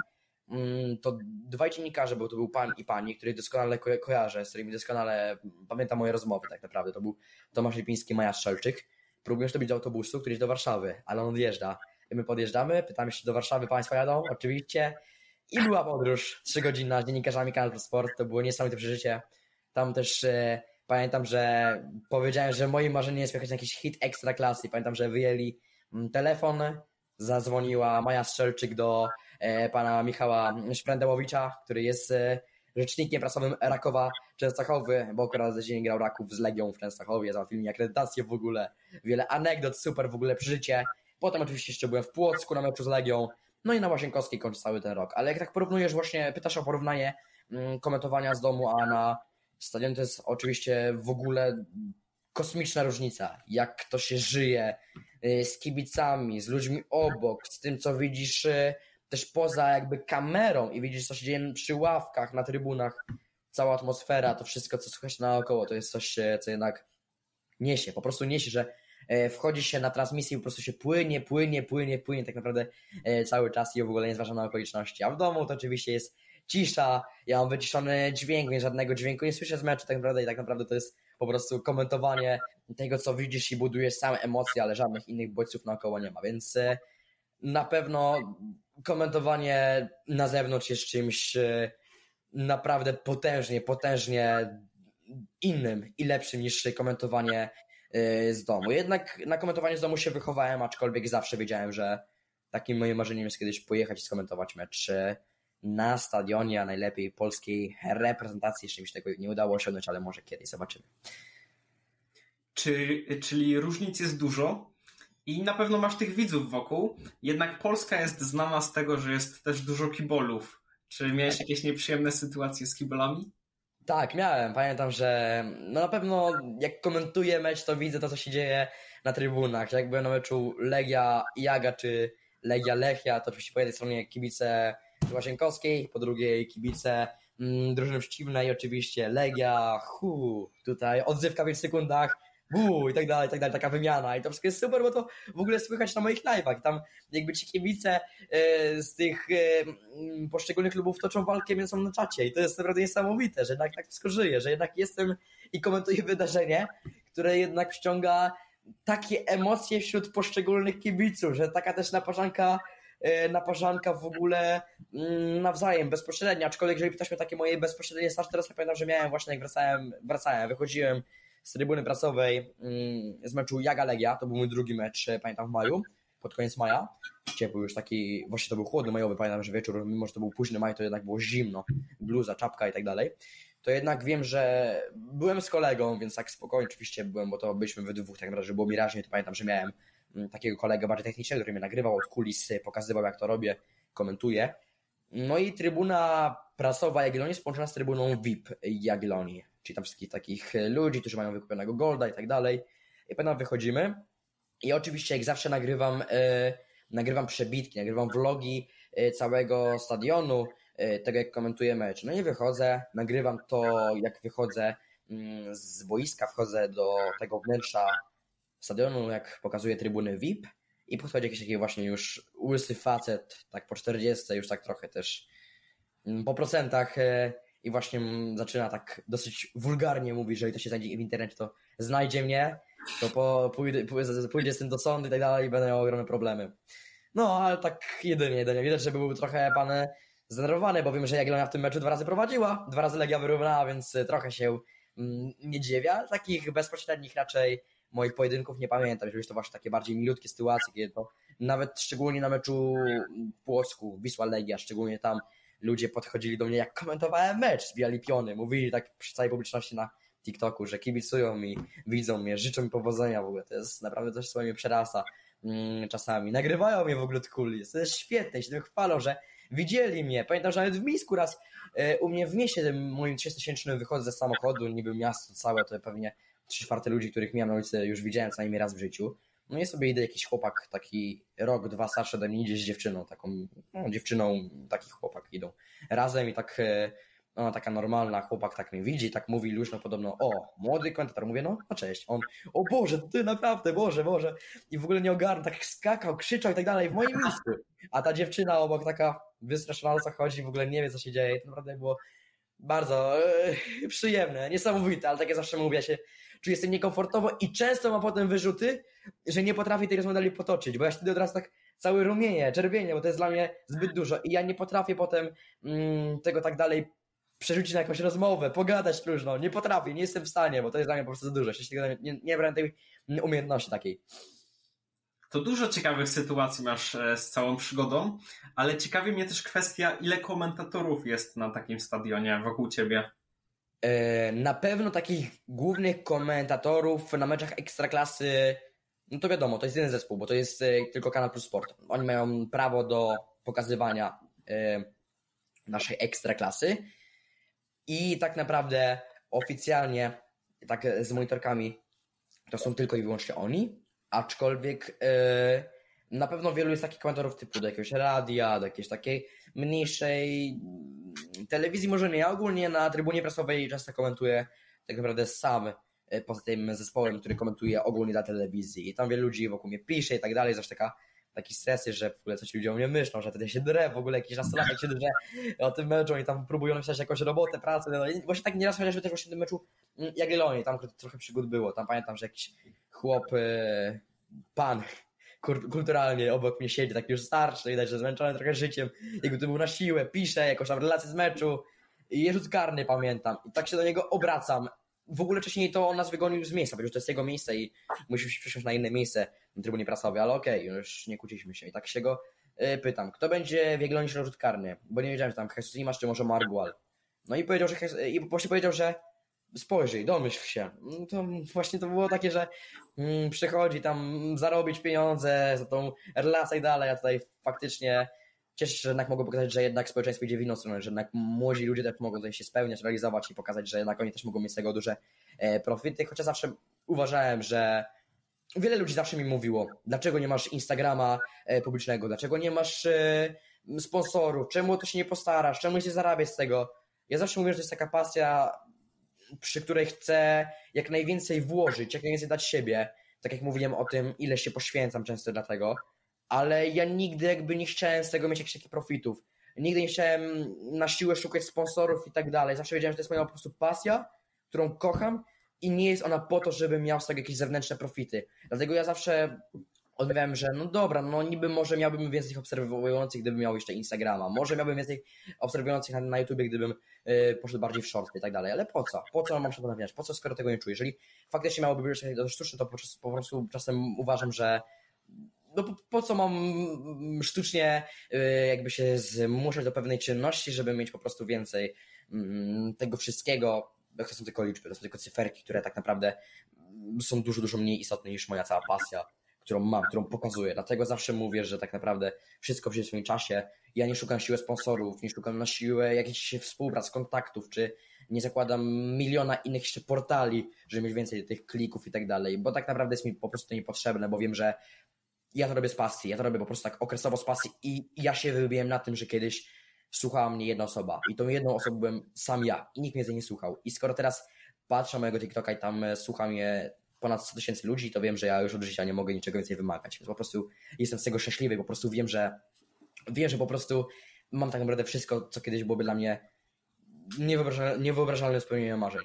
to dwaj dziennikarze, bo to był pan i pani, których doskonale ko- kojarzę, z którymi doskonale pamiętam moje rozmowy tak naprawdę. To był Tomasz Lipiński, Maja Strzelczyk. Próbuję już dobić do autobusu, który jest do Warszawy, ale on odjeżdża. I my podjeżdżamy, pytamy się, do Warszawy państwo jadą? Oczywiście. I była podróż trzygodzinna z dziennikarzami Kanal Plus Sport. To było niesamowite przeżycie. Tam też e, pamiętam, że powiedziałem, że moim marzeniem jest jechać na jakiś hit ekstra klasy. Pamiętam, że wyjęli telefon, zadzwoniła Maja Strzelczyk do e, pana Michała Szprędełowicza, który jest e, rzecznikiem prasowym Rakowa Częstochowy, bo akurat za dzień grał Raków z Legią w Częstochowie, załatwili mi akredytację w ogóle, wiele anegdot, super w ogóle przeżycie. Potem oczywiście jeszcze byłem w Płocku na meczu z Legią, no i na Łazienkowskiej kończy cały ten rok. Ale jak tak porównujesz właśnie, pytasz o porównanie mm, komentowania z domu, a na stadionie, to jest oczywiście w ogóle kosmiczna różnica. Jak to się żyje y, z kibicami, z ludźmi obok, z tym, co widzisz y, też poza jakby kamerą i widzisz, co się dzieje przy ławkach, na trybunach. Cała atmosfera, to wszystko, co słychać naokoło, to jest coś, co jednak niesie, po prostu niesie, że wchodzi się na transmisję i po prostu się płynie, płynie, płynie, płynie tak naprawdę cały czas i w ogóle nie zważa na okoliczności. A w domu to oczywiście jest cisza, ja mam wyciszony dźwięk, więc żadnego dźwięku nie słyszę z meczu tak naprawdę i tak naprawdę to jest po prostu komentowanie tego, co widzisz i budujesz same emocje, ale żadnych innych bodźców naokoło nie ma, więc na pewno komentowanie na zewnątrz jest czymś naprawdę potężnie, potężnie innym i lepszym niż komentowanie z domu. Jednak na komentowanie z domu się wychowałem, aczkolwiek zawsze wiedziałem, że takim moim marzeniem jest kiedyś pojechać i skomentować mecz na stadionie, a najlepiej polskiej reprezentacji. Jeszcze mi się tego nie udało osiągnąć, ale może kiedyś zobaczymy. Czy, czyli różnic jest dużo i na pewno masz tych widzów wokół, jednak Polska jest znana z tego, że jest też dużo kibolów. Czy miałeś jakieś nieprzyjemne sytuacje z kibolami? Tak, miałem. Pamiętam, że no na pewno jak komentuję mecz, to widzę to, co się dzieje na trybunach. Jak byłem na meczu Legia Jaga czy Legia Lechia, to oczywiście po jednej stronie kibice Łazienkowskiej, po drugiej kibice mm, drużyny przeciwnej, oczywiście Legia, hu, tutaj odzywka w pięciu sekundach, bu i tak dalej, i tak dalej, taka wymiana. I to wszystko jest super, bo to w ogóle słychać na moich live'ach. I tam jakby ci kibice e, z tych e, m, poszczególnych klubów toczą walkę między sobą na czacie. I to jest naprawdę niesamowite, że jednak tak wszystko żyje, że jednak jestem i komentuję wydarzenie, które jednak ściąga takie emocje wśród poszczególnych kibiców, że taka też naparzanka e, naparzanka w ogóle mm, nawzajem, bezpośrednio, aczkolwiek jeżeli pytasz mnie takie moje bezpośrednie starsze, teraz ja pamiętam, że miałem właśnie jak wracałem, wracałem, wychodziłem z trybuny prasowej mm, z meczu Jaga Legia, to był mój drugi mecz, e, pamiętam w maju, pod koniec maja, gdzie był już taki, właśnie to był chłodny majowy, pamiętam, że wieczór, mimo że to był późny maj, to jednak było zimno, bluza, czapka i tak dalej, to jednak wiem, że byłem z kolegą, więc tak spokojnie oczywiście byłem, bo to byliśmy we dwóch tak naprawdę, że było mi raźniej, to pamiętam, że miałem mm, takiego kolegę bardziej technicznego, który mnie nagrywał od kulis, pokazywał jak to robię, komentuje. No i trybuna prasowa Jagiellonii jest połączona z trybuną V I P Jagiellonii, czyli tam wszystkich takich ludzi, którzy mają wykupionego golda i tak dalej. I pamiętam, wychodzimy i oczywiście jak zawsze nagrywam, e, nagrywam przebitki, nagrywam vlogi e, całego stadionu, e, tego jak komentuję mecz. No i wychodzę, nagrywam to jak wychodzę mm, z boiska, wchodzę do tego wnętrza stadionu, jak pokazuje trybuny V I P i podchodzi jakiś taki właśnie już łysy facet, tak po czterdziestce, już tak trochę też mm, po procentach e, i właśnie mm, zaczyna tak dosyć wulgarnie mówić, że jeżeli to się znajdzie w internecie, to znajdzie mnie, to po, pójdę, pójdę, pójdzie z tym do sądu i tak dalej i będę miał ogromne problemy. No, ale tak jedynie, jedynie. Widać, że był trochę pan zdenerwowany, bo wiem, że Jagiellonia w tym meczu dwa razy prowadziła, dwa razy Legia wyrównała, więc trochę się mm, nie dziwia. Takich bezpośrednich raczej moich pojedynków nie pamiętam, jeżeli to właśnie takie bardziej milutkie sytuacje, kiedy to nawet szczególnie na meczu w Płocku, Wisła-Legia, szczególnie tam ludzie podchodzili do mnie, jak komentowałem mecz, zbijali piony, mówili tak przy całej publiczności na TikToku, że kibicują mi, widzą mnie, życzą mi powodzenia w ogóle, to jest naprawdę coś, co mnie przerasta mm, czasami. Nagrywają mnie w ogóle od kulis, to jest świetne i się tym chwalą, że widzieli mnie. Pamiętam, że nawet w Mińsku raz e, u mnie w mieście tym moim trzytysięcznym wychodzę z samochodu, niby miasto całe, to pewnie trzy czwarte ludzi, których miałem na ulicy, już widziałem co najmniej raz w życiu. No i sobie idę, jakiś chłopak, taki rok, dwa starszy ode mnie, idzie z dziewczyną, taką, no dziewczyną, taki chłopak idą razem i tak, ona taka normalna, chłopak tak mnie widzi, tak mówi luźno podobno, o, młody komentator, mówię, no, no cześć, on, o Boże, ty naprawdę, Boże, Boże, i w ogóle nie ogarnął, tak skakał, krzyczał i tak dalej w moim miejscu, a ta dziewczyna obok taka wystraszona, o co chodzi, w ogóle nie wie, co się dzieje, to naprawdę było bardzo e, przyjemne, niesamowite, ale tak jak zawsze mówię, ja się czuję z tym niekomfortowo i często mam potem wyrzuty, że nie potrafię tej rozmowy dalej potoczyć, bo ja wtedy od razu tak cały rumienie, czerwienie, bo to jest dla mnie zbyt dużo i ja nie potrafię potem mm, tego tak dalej przerzucić na jakąś rozmowę, pogadać luźno, nie potrafię, nie jestem w stanie, bo to jest dla mnie po prostu za dużo, jeszcze nie, nie brałem tej umiejętności takiej. To dużo ciekawych sytuacji masz z całą przygodą, ale ciekawi mnie też kwestia, ile komentatorów jest na takim stadionie wokół ciebie. Na pewno takich głównych komentatorów na meczach Ekstraklasy, no to wiadomo, to jest jeden zespół, bo to jest tylko Kanal Plus Sport. Oni mają prawo do pokazywania naszej Ekstraklasy i tak naprawdę oficjalnie, tak z monitorkami, to są tylko i wyłącznie oni, aczkolwiek na pewno wielu jest takich komentatorów typu do jakiegoś radia, do jakiejś takiej mniejszej telewizji, może nie. Ja ogólnie na trybunie prasowej często komentuję tak naprawdę sam, poza tym zespołem, który komentuje ogólnie dla telewizji. I tam wielu ludzi wokół mnie pisze i tak dalej, zawsze taka, taki stresy, że w ogóle coś ludzie o mnie myślą, że wtedy się drę, w ogóle jakiś nastolatek się drze o tym meczu i tam próbują napisać jakąś robotę, pracę. No i właśnie tak nieraz chociażby też właśnie w tym meczu Jagiellonii, tam trochę przygód było. Tam pamiętam, że jakiś chłop, pan kulturalnie obok mnie siedzi, taki już starszy, widać, że zmęczony trochę życiem, jakby to był na siłę, pisze jakąś tam relację z meczu i rzut karny pamiętam i tak się do niego obracam. W ogóle wcześniej to on nas wygonił z miejsca, powiedział, że to jest jego miejsce i musimy się przesiąść na inne miejsce na trybunie prasowej, ale okej, okay, już nie kłóciliśmy się i tak się go y, pytam, kto będzie w Jagiellonii rzut karny, bo nie wiedziałem, że tam Jesus Limasz czy może Margual. No i powiedział, że i właśnie powiedział, że spojrzyj, domyśl się. To właśnie to było takie, że mm, przychodzi tam zarobić pieniądze za tą relację i dalej, a tutaj faktycznie cieszę się, że jednak mogą pokazać, że jednak społeczeństwo idzie w inną stronę, że jednak młodzi ludzie też mogą tutaj się spełniać, realizować i pokazać, że jednak oni też mogą mieć z tego duże e, profity, chociaż zawsze uważałem, że wiele ludzi zawsze mi mówiło, dlaczego nie masz Instagrama e, publicznego, dlaczego nie masz e, sponsorów, czemu to się nie postarasz, czemu nie zarabiać z tego. Ja zawsze mówię, że to jest taka pasja, przy której chcę jak najwięcej włożyć, jak najwięcej dać siebie, tak jak mówiłem o tym, ile się poświęcam często dla tego, ale ja nigdy jakby nie chciałem z tego mieć jakichś takich profitów. Nigdy nie chciałem na siłę szukać sponsorów i tak dalej. Zawsze wiedziałem, że to jest moja po prostu pasja, którą kocham i nie jest ona po to, żebym miał z tego jakieś zewnętrzne profity. Dlatego ja zawsze odmawiałem, że no dobra, no niby może miałbym więcej obserwujących, gdybym miał jeszcze Instagrama, może miałbym więcej obserwujących na, na YouTubie, gdybym yy, poszedł bardziej w shorty i tak dalej, ale po co? Po co mam się ponawiać? Po co, skoro tego nie czuję? Jeżeli faktycznie miałoby być to sztuczne, to po, po prostu czasem uważam, że no po, po co mam sztucznie yy, jakby się zmuszać do pewnej czynności, żeby mieć po prostu więcej yy, tego wszystkiego. To są tylko liczby, to są tylko cyferki, które tak naprawdę są dużo, dużo mniej istotne niż moja cała pasja, którą mam, którą pokazuję. Dlatego zawsze mówię, że tak naprawdę wszystko w swoim czasie. Ja nie szukam na siłę sponsorów, nie szukam na siłę jakichś współprac, kontaktów, czy nie zakładam miliona innych jeszcze portali, żeby mieć więcej tych klików i tak dalej, bo tak naprawdę jest mi po prostu niepotrzebne, bo wiem, że ja to robię z pasji, ja to robię po prostu tak okresowo z pasji i ja się wybiłem na tym, że kiedyś słuchała mnie jedna osoba i tą jedną osobą byłem sam ja i nikt mnie z niej nie słuchał. I skoro teraz patrzę na mojego TikToka i tam słucha mnie ponad sto tysięcy ludzi, to wiem, że ja już od życia nie mogę niczego więcej wymagać. Więc po prostu jestem z tego szczęśliwy, po prostu wiem, że wiem, że po prostu mam tak naprawdę wszystko, co kiedyś byłoby dla mnie niewyobrażalne, niewyobrażalne spełnienie marzeń.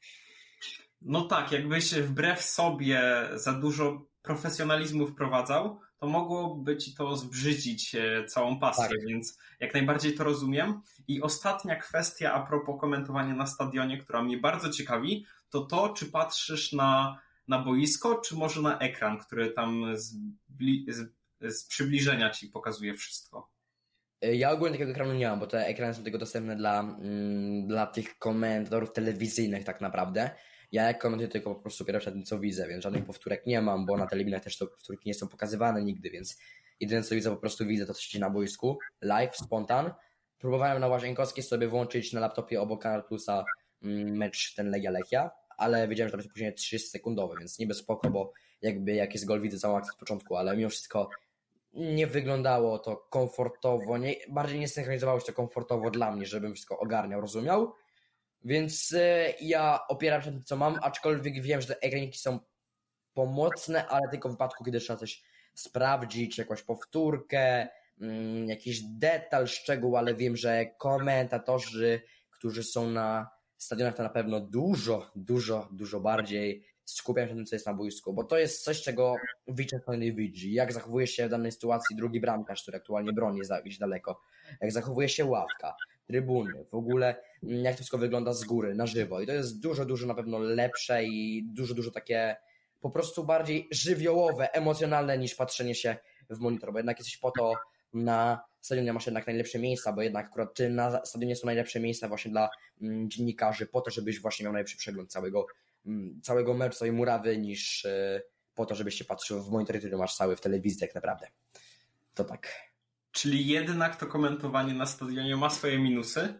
No tak, jakbyś wbrew sobie za dużo profesjonalizmu wprowadzał, to mogłoby ci to zbrzydzić całą pasję, tak. Więc jak najbardziej to rozumiem. I ostatnia kwestia a propos komentowania na stadionie, która mnie bardzo ciekawi, to to, czy patrzysz na, na boisko, czy może na ekran, który tam z, z, z przybliżenia ci pokazuje wszystko. Ja ogólnie takiego ekranu nie mam, bo te ekrany są tylko dostępne dla, mm, dla tych komentatorów telewizyjnych tak naprawdę. Ja jak komentuję tylko po prostu pierwsze co widzę, więc żadnych powtórek nie mam, bo na telewizjach też to powtórki nie są pokazywane nigdy, więc jedyne co widzę po prostu widzę to co się dzieje na boisku, live, spontan. Próbowałem na Łazienkowskiej sobie włączyć na laptopie obok Kanal Plusa mecz ten Legia Lechia, ale wiedziałem, że to będzie później trzydzieści sekundowe, więc niby spoko, bo jakby jak jest gol widzę całą akcję z początku, ale mimo wszystko nie wyglądało to komfortowo, nie, bardziej nie synchronizowało się to komfortowo dla mnie, żebym wszystko ogarniał, rozumiał. Więc y, ja opieram się na tym, co mam, aczkolwiek wiem, że te ekraniki są pomocne, ale tylko w wypadku, kiedy trzeba coś sprawdzić, jakąś powtórkę, mm, jakiś detal, szczegół, ale wiem, że komentatorzy, którzy są na stadionach, to na pewno dużo, dużo, dużo bardziej skupiają się na tym, co jest na boisku, bo to jest coś, czego Wiczek nie widzi. Jak zachowuje się w danej sytuacji drugi bramkarz, który aktualnie broni gdzieś daleko, jak zachowuje się ławka, trybuny, w ogóle jak to wszystko wygląda z góry, na żywo. I to jest dużo, dużo na pewno lepsze i dużo, dużo takie po prostu bardziej żywiołowe, emocjonalne niż patrzenie się w monitor, bo jednak jesteś po to na stadionie, masz jednak najlepsze miejsca, bo jednak akurat ty na stadionie są najlepsze miejsca właśnie dla mm, dziennikarzy, po to, żebyś właśnie miał najlepszy przegląd całego, mm, całego meczu, całej murawy, niż y, po to, żebyś się patrzył w monitor, który masz cały w telewizji tak naprawdę. To tak. Czyli jednak to komentowanie na stadionie ma swoje minusy.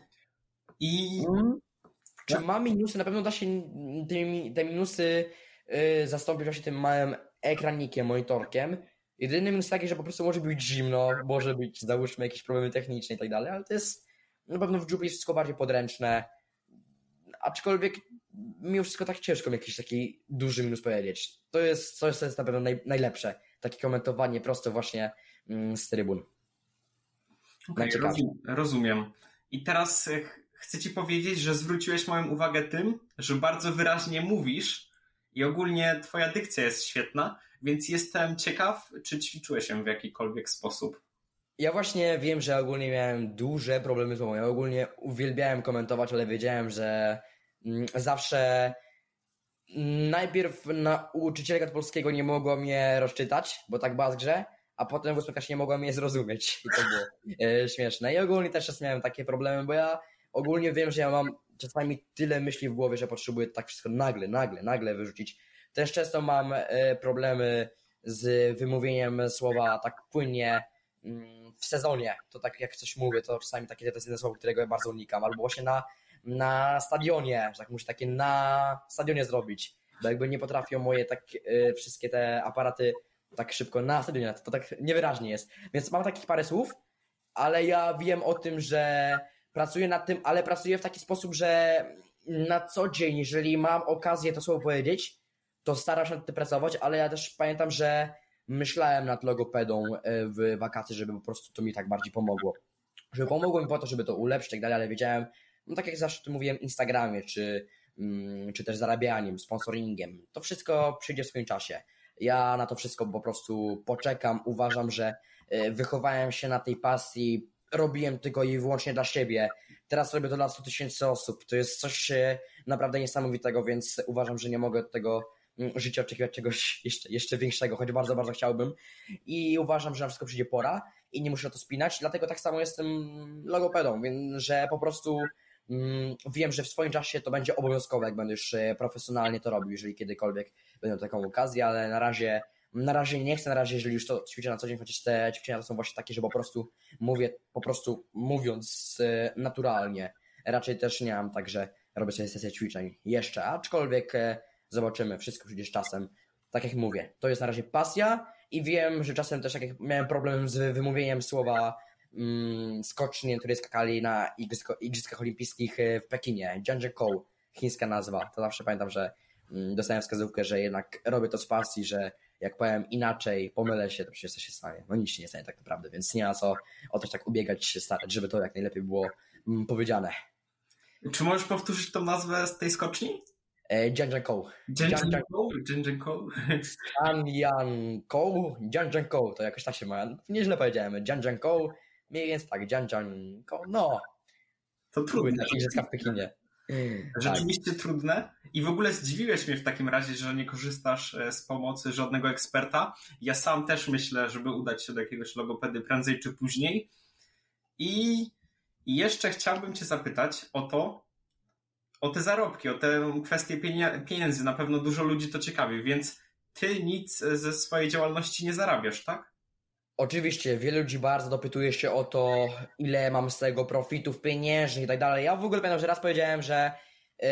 I hmm. Czy ma minusy? Na pewno da się te, te minusy yy, zastąpić właśnie tym małym ekranikiem, monitorkiem. Jedyny minus taki, że po prostu może być zimno, może być, załóżmy, jakieś problemy techniczne i tak dalej, ale to jest na pewno w dżupie jest wszystko bardziej podręczne. Aczkolwiek mimo wszystko tak ciężko mi jakiś taki duży minus powiedzieć. To jest coś, co jest na pewno naj, najlepsze. Takie komentowanie prosto właśnie mm, z trybun. Okay, rozum, rozumiem. I teraz chcę ci powiedzieć, że zwróciłeś moją uwagę tym, że bardzo wyraźnie mówisz i ogólnie twoja dykcja jest świetna, więc jestem ciekaw, czy ćwiczyłeś się w jakikolwiek sposób. Ja właśnie wiem, że ogólnie miałem duże problemy z mową. Ja ogólnie uwielbiałem komentować, ale wiedziałem, że zawsze najpierw nauczycielka polskiego nie mogła mnie rozczytać, bo tak była w grze, a potem w ósmej klasie nie mogła mnie zrozumieć i to było e, śmieszne. I ogólnie też czasem miałem takie problemy, bo ja ogólnie wiem, że ja mam czasami tyle myśli w głowie, że potrzebuję tak wszystko nagle, nagle, nagle wyrzucić. Też często mam e, problemy z wymówieniem słowa tak płynnie, w sezonie, to tak jak coś mówię, to czasami takie to jest jedno słowo, którego ja bardzo unikam, albo właśnie na, na stadionie, że tak muszę takie na stadionie zrobić, bo jakby nie potrafią moje tak y, wszystkie te aparaty tak szybko na stadionie, to, to tak niewyraźnie jest, więc mam takich parę słów, ale ja wiem o tym, że pracuję nad tym, ale pracuję w taki sposób, że na co dzień, jeżeli mam okazję to słowo powiedzieć, to staram się nad tym pracować, ale ja też pamiętam, że myślałem nad logopedą w wakacje, żeby po prostu to mi tak bardziej pomogło. Żeby pomogło mi po to, żeby to ulepszyć i tak dalej, ale wiedziałem, no tak jak zawsze tu mówiłem, Instagramie, czy, czy też zarabianiem, sponsoringiem, to wszystko przyjdzie w swoim czasie. Ja na to wszystko po prostu poczekam, uważam, że wychowałem się na tej pasji, robiłem tylko i wyłącznie dla siebie. Teraz robię to dla stu tysięcy osób. To jest coś naprawdę niesamowitego, więc uważam, że nie mogę od tego życia oczekiwać czegoś jeszcze, jeszcze większego, choć bardzo, bardzo chciałbym. I uważam, że na wszystko przyjdzie pora i nie muszę to spinać, dlatego tak samo jestem logopedą, więc że po prostu mm, wiem, że w swoim czasie to będzie obowiązkowe, jak będę już profesjonalnie to robił, jeżeli kiedykolwiek będę miał taką okazję, ale na razie Na razie nie chcę, na razie, jeżeli już to ćwiczę na co dzień, chociaż te ćwiczenia to są właśnie takie, że po prostu mówię, po prostu mówiąc naturalnie. Raczej też nie mam tak, że robię sobie sesję ćwiczeń jeszcze, aczkolwiek zobaczymy, wszystko przyjdzie z czasem. Tak jak mówię, to jest na razie pasja i wiem, że czasem też, tak jak miałem problem z wymówieniem słowa mm, skoczni, które skakali na Igrzyskach Olimpijskich w Pekinie, Jiangzekou, chińska nazwa, to zawsze pamiętam, że mm, dostałem wskazówkę, że jednak robię to z pasji, że jak powiem inaczej, pomylę się, to przecież co się stanie. No nic się nie stanie tak naprawdę, więc nie ma co o to tak ubiegać się, starać, żeby to jak najlepiej było mm, powiedziane. Czy możesz powtórzyć tą nazwę z tej skoczni? Jiangzekou. Jiangzekou? Jiangzekou? Jiangzekou? Jiangzekou, to jakoś tak się ma. Nieźle powiedziałem. Jiangzekou, mniej więcej tak, Jiangzekou, no. To trudne. Igrzyska w Pekinie. Rzeczywiście tak. Trudne. I w ogóle zdziwiłeś mnie w takim razie, że nie korzystasz z pomocy żadnego eksperta. Ja sam też myślę, żeby udać się do jakiegoś logopedy prędzej czy później. I jeszcze chciałbym cię zapytać o to, o te zarobki, o tę kwestię pieniędzy. Na pewno dużo ludzi to ciekawi, więc ty nic ze swojej działalności nie zarabiasz, tak? Oczywiście, wielu ludzi bardzo dopytuje się o to, ile mam z tego profitów pieniężnych i tak dalej. Ja w ogóle pamiętam, że raz powiedziałem, że yy,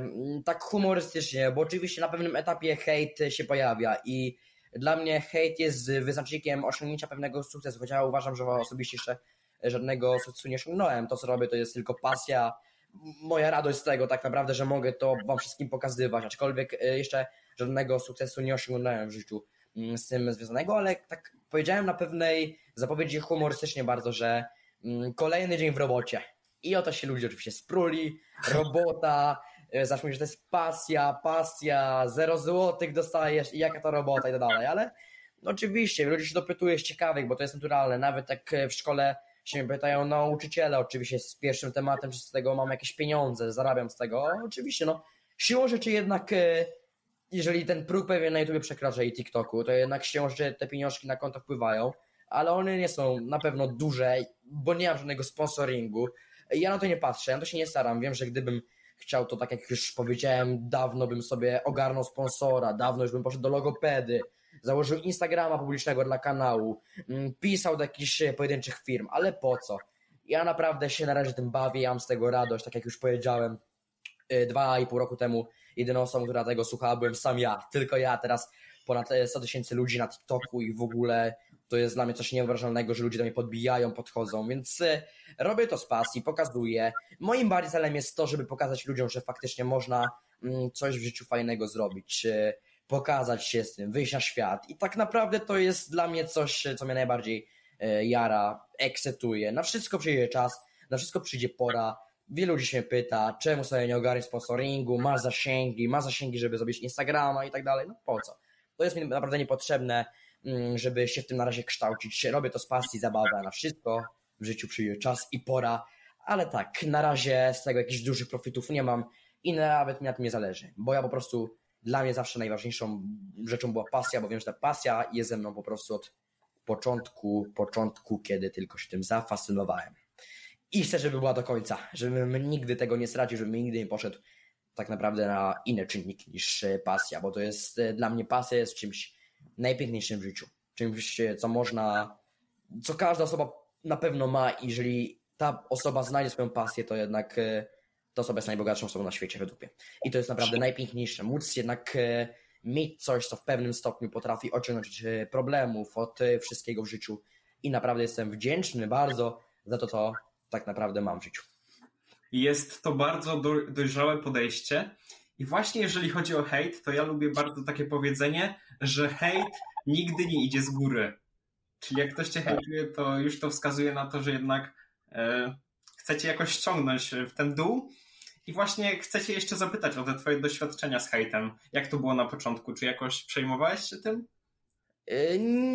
tak humorystycznie, bo oczywiście na pewnym etapie hejt się pojawia i dla mnie hejt jest wyznacznikiem osiągnięcia pewnego sukcesu, chociaż ja uważam, że osobiście jeszcze żadnego sukcesu nie osiągnąłem. To, co robię, to jest tylko pasja, moja radość z tego tak naprawdę, że mogę to wam wszystkim pokazywać, aczkolwiek jeszcze żadnego sukcesu nie osiągnąłem w życiu z tym związanego, ale tak powiedziałem na pewnej zapowiedzi humorystycznie bardzo, że kolejny dzień w robocie. I o to się ludzie oczywiście spruli, robota, zawsze mówię, że to jest pasja, pasja, zero złotych dostajesz i jaka to robota i tak dalej, ale no oczywiście ludzie się dopytują z ciekawych, bo to jest naturalne, nawet jak w szkole się mnie pytają nauczyciele, oczywiście z pierwszym tematem, czy z tego mam jakieś pieniądze, zarabiam z tego, oczywiście no siłą rzeczy jednak jeżeli ten próg pewien na YouTubie przekracza i TikToku, to jednak siłą rzeczy te pieniążki na konto wpływają, ale one nie są na pewno duże, bo nie mam żadnego sponsoringu. Ja na to nie patrzę, ja na to się nie staram. Wiem, że gdybym chciał, to tak jak już powiedziałem, dawno bym sobie ogarnął sponsora, dawno już bym poszedł do logopedy, założył Instagrama publicznego dla kanału, pisał do jakichś pojedynczych firm, ale po co? Ja naprawdę się na razie tym bawię, ja mam z tego radość, tak jak już powiedziałem dwa i pół roku temu. Jedyną osobą, która tego słuchała, byłem sam ja, tylko ja. Teraz ponad sto tysięcy ludzi na TikToku i w ogóle to jest dla mnie coś niewyobrażalnego, że ludzie do mnie podbijają, podchodzą, więc robię to z pasji, pokazuję. Moim bardziej celem jest to, żeby pokazać ludziom, że faktycznie można coś w życiu fajnego zrobić, pokazać się z tym, wyjść na świat i tak naprawdę to jest dla mnie coś, co mnie najbardziej jara, ekscytuje. Na wszystko przyjdzie czas, na wszystko przyjdzie pora. Wielu ludzi się pyta, czemu sobie nie ogarniać sponsoringu, masz zasięgi, masz zasięgi, żeby zrobić Instagrama i tak dalej. No po co? To jest mi naprawdę niepotrzebne, żeby się w tym na razie kształcić. Robię to z pasji, zabawa, na wszystko. W życiu przyjdzie czas i pora, ale tak, na razie z tego jakichś dużych profitów nie mam i nawet mi na tym nie zależy, bo ja po prostu, dla mnie zawsze najważniejszą rzeczą była pasja, bo wiem, że ta pasja jest ze mną po prostu od początku, początku, kiedy tylko się tym zafascynowałem. I chcę, żeby była do końca, żebym nigdy tego nie stracił, żebym nigdy nie poszedł tak naprawdę na inny czynnik niż pasja, bo to jest, dla mnie pasja jest czymś najpiękniejszym w życiu. Czymś, co można co każda osoba na pewno ma, i jeżeli ta osoba znajdzie swoją pasję, to jednak e, ta osoba jest najbogatszą osobą na świecie według mnie. I to jest naprawdę najpiękniejsze. Móc jednak e, mieć coś, co w pewnym stopniu potrafi odciągnąć e, problemów od e, wszystkiego w życiu. I naprawdę jestem wdzięczny bardzo za to, co tak naprawdę mam w życiu. Jest to bardzo do, dojrzałe podejście. I właśnie jeżeli chodzi o hejt, to ja lubię bardzo takie powiedzenie, że hejt nigdy nie idzie z góry. Czyli jak ktoś cię hejtuje, to już to wskazuje na to, że jednak e, chcecie jakoś ściągnąć w ten dół. I właśnie chcecie jeszcze zapytać o te twoje doświadczenia z hejtem. Jak to było na początku? Czy jakoś przejmowałeś się tym? Yy,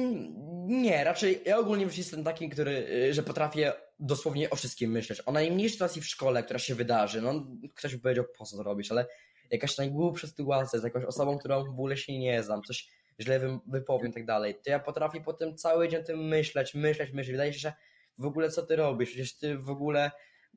Nie, raczej ja ogólnie już jestem taki, który, yy, że potrafię dosłownie o wszystkim myśleć. O najmniejszej sytuacji w szkole, która się wydarzy. No, ktoś by powiedział, po co to robisz, ale jakaś najgłupsza sytuacja z jakąś osobą, którą w ogóle się nie znam, coś źle wy- wypowiem i tak dalej, to ja potrafię potem cały dzień o tym myśleć, myśleć, myśleć. Wydaje się, że w ogóle co ty robisz? Przecież ty w ogóle...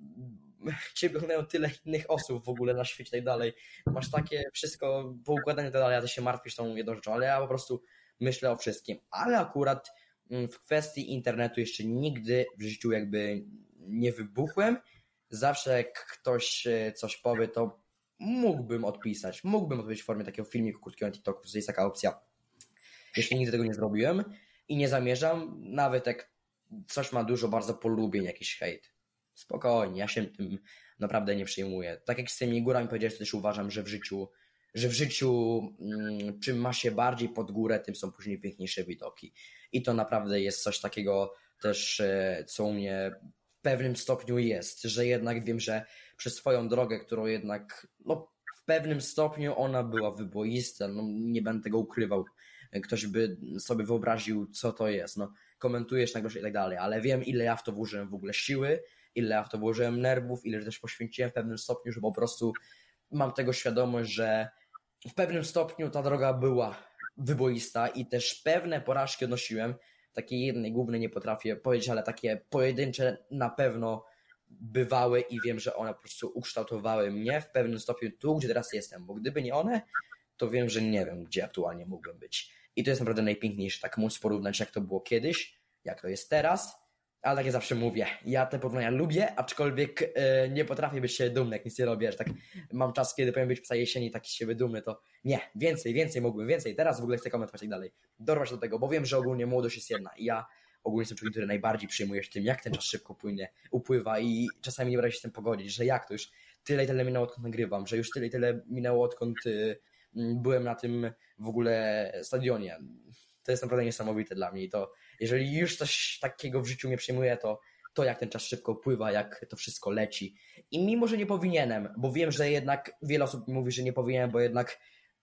Ciebie oglądają tyle innych osób w ogóle na świecie i tak dalej. Masz takie wszystko poukładane i tak dalej, a ty się martwisz tą jedną rzeczą, ale ja po prostu myślę o wszystkim. Ale akurat w kwestii internetu jeszcze nigdy w życiu jakby nie wybuchłem. Zawsze jak ktoś coś powie, to mógłbym odpisać. Mógłbym odpowiedzieć w formie takiego filmiku krótkiego na TikToku, że jest taka opcja. Jeszcze nigdy tego nie zrobiłem i nie zamierzam, nawet jak coś ma dużo bardzo polubień, jakiś hejt. Spokojnie, ja się tym naprawdę nie przejmuję. Tak jak z tymi górami powiedziałeś, to też uważam, że w życiu, że w życiu mm, czym ma się bardziej pod górę, tym są później piękniejsze widoki. I to naprawdę jest coś takiego też, e, co u mnie w pewnym stopniu jest, że jednak wiem, że przez swoją drogę, którą jednak no, w pewnym stopniu ona była wyboista, no, nie będę tego ukrywał. Ktoś by sobie wyobraził, co to jest. No, komentujesz na i tak dalej, ale wiem, ile ja w to włożyłem w ogóle siły, ile ja w to włożyłem nerwów, ile też poświęciłem w pewnym stopniu, że po prostu mam tego świadomość, że w pewnym stopniu ta droga była wyboista i też pewne porażki odnosiłem. Takiej jednej głównej nie potrafię powiedzieć, ale takie pojedyncze na pewno bywały i wiem, że one po prostu ukształtowały mnie w pewnym stopniu tu, gdzie teraz jestem, bo gdyby nie one, to wiem, że nie wiem, gdzie aktualnie mógłbym być. I to jest naprawdę najpiękniejsze, tak móc porównać, jak to było kiedyś, jak to jest teraz. Ale tak jak zawsze mówię, ja te porównania lubię, aczkolwiek yy, nie potrafię być się dumny, jak nic nie robię, że tak mam czas, kiedy powinien być psa jesieni, taki z siebie dumny, to nie, więcej, więcej mógłbym, więcej, teraz w ogóle chcę komentować i tak dalej, dorwać do tego, bo wiem, że ogólnie młodość jest jedna i ja ogólnie jestem człowiekiem, który najbardziej przejmuje się tym, jak ten czas szybko płynie, upływa i czasami nie będę się z tym pogodzić, że jak to już tyle i tyle minęło, odkąd nagrywam, że już tyle i tyle minęło, odkąd yy, byłem na tym w ogóle stadionie. To jest naprawdę niesamowite dla mnie i to, jeżeli już coś takiego w życiu mnie przejmuje, to to jak ten czas szybko pływa, jak to wszystko leci. I mimo, że nie powinienem, bo wiem, że jednak wiele osób mi mówi, że nie powinienem, bo jednak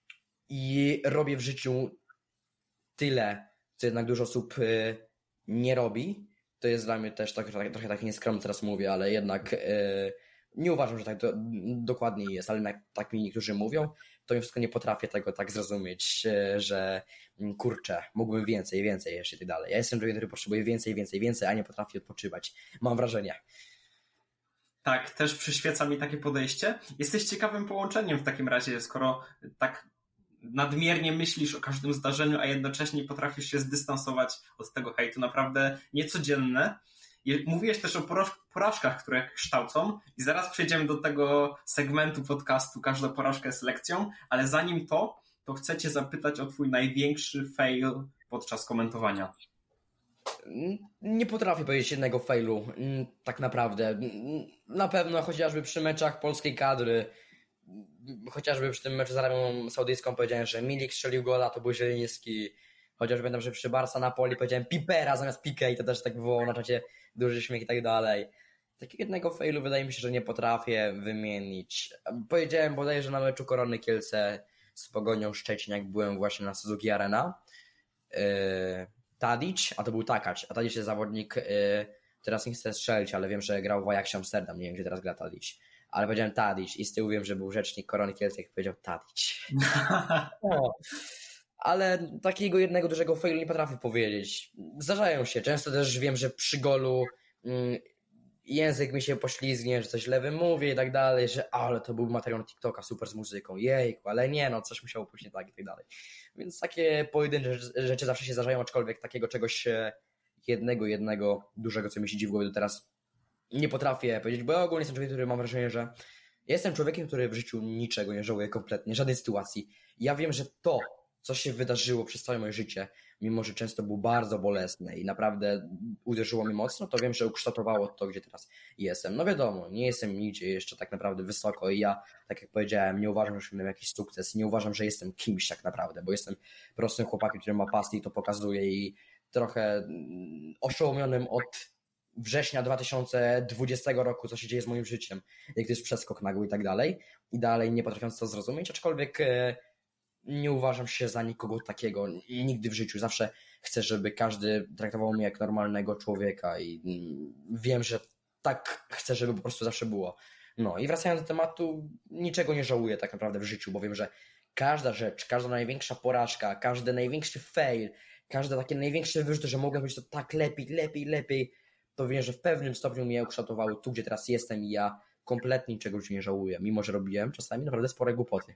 i robię w życiu tyle, co jednak dużo osób y, nie robi. To jest dla mnie też tak, trochę, trochę tak nieskromnie teraz mówię, ale jednak y, nie uważam, że tak do, dokładnie jest, ale jednak tak mi niektórzy mówią, to ja wszystko nie potrafię tego tak zrozumieć, że kurczę, mógłbym więcej, więcej jeszcze i tak dalej. Ja jestem człowiekiem, który potrzebuje więcej, więcej, więcej, a nie potrafi odpoczywać. Mam wrażenie. Tak, też przyświeca mi takie podejście. Jesteś ciekawym połączeniem w takim razie, skoro tak nadmiernie myślisz o każdym zdarzeniu, a jednocześnie potrafisz się zdystansować od tego hejtu. Naprawdę niecodzienne. Mówiłeś też o porażkach, które kształcą i zaraz przejdziemy do tego segmentu podcastu Każda porażka jest lekcją, ale zanim to, to chcę cię zapytać o twój największy fail podczas komentowania. Nie potrafię powiedzieć jednego failu, tak naprawdę. Na pewno chociażby przy meczach polskiej kadry, chociażby przy tym meczu z Arabią Saudyjską powiedziałem, że Milik strzelił gola, to był Zieliński. Chociaż pamiętam, że przy Barca Napoli powiedziałem Pipera zamiast Piqué i to też tak było na czacie duży śmiech i tak dalej. Takiego jednego failu wydaje mi się, że nie potrafię wymienić. Powiedziałem bodajże na meczu Korony Kielce z Pogonią Szczecin, jak byłem właśnie na Suzuki Arena. Yy, Tadić, a to był Takacz, a Tadić jest zawodnik, yy, teraz nie chcę strzelić, ale wiem, że grał w Ajaxie Amsterdam, nie wiem, gdzie teraz gra Tadić. Ale powiedziałem Tadić i z tyłu wiem, że był rzecznik Korony Kielce, jak powiedział Tadić. No. Ale takiego jednego dużego failu nie potrafię powiedzieć. Zdarzają się. Często też wiem, że przy golu mm, język mi się poślizgnie, że coś lewy mówię i tak dalej, że ale to był materiał na TikToka, super z muzyką, jejku, ale nie, no coś musiało pójść nie tak i tak dalej. Więc takie pojedyncze rzeczy zawsze się zdarzają, aczkolwiek takiego czegoś jednego, jednego dużego, co mi siedzi w głowie do teraz. Nie potrafię powiedzieć, bo ja ogólnie jestem człowiekiem, który mam wrażenie, że jestem człowiekiem, który w życiu niczego nie żałuje kompletnie, żadnej sytuacji. Ja wiem, że to, co się wydarzyło przez całe moje życie, mimo że często było bardzo bolesne i naprawdę uderzyło mnie mocno, to wiem, że ukształtowało to, gdzie teraz jestem. No wiadomo, nie jestem nigdzie jeszcze tak naprawdę wysoko i ja, tak jak powiedziałem, nie uważam, że osiągnąłem jakiś sukces, nie uważam, że jestem kimś tak naprawdę, bo jestem prostym chłopakiem, który ma pasję i to pokazuje i trochę oszołomionym od września dwa tysiące dwudziestego roku, co się dzieje z moim życiem, jak to jest przeskok nagły i tak dalej, i dalej nie potrafiąc to zrozumieć, aczkolwiek nie uważam się za nikogo takiego nigdy w życiu. Zawsze chcę, żeby każdy traktował mnie jak normalnego człowieka i wiem, że tak chcę, żeby po prostu zawsze było. No i wracając do tematu, niczego nie żałuję tak naprawdę w życiu, bo wiem, że każda rzecz, każda największa porażka, każdy największy fail, każde takie największe wyrzuty, że mogłem być to tak lepiej, lepiej, lepiej, to wiem, że w pewnym stopniu mnie ukształtowały tu, gdzie teraz jestem i ja kompletnie niczego już nie żałuję, mimo że robiłem czasami naprawdę spore głupoty.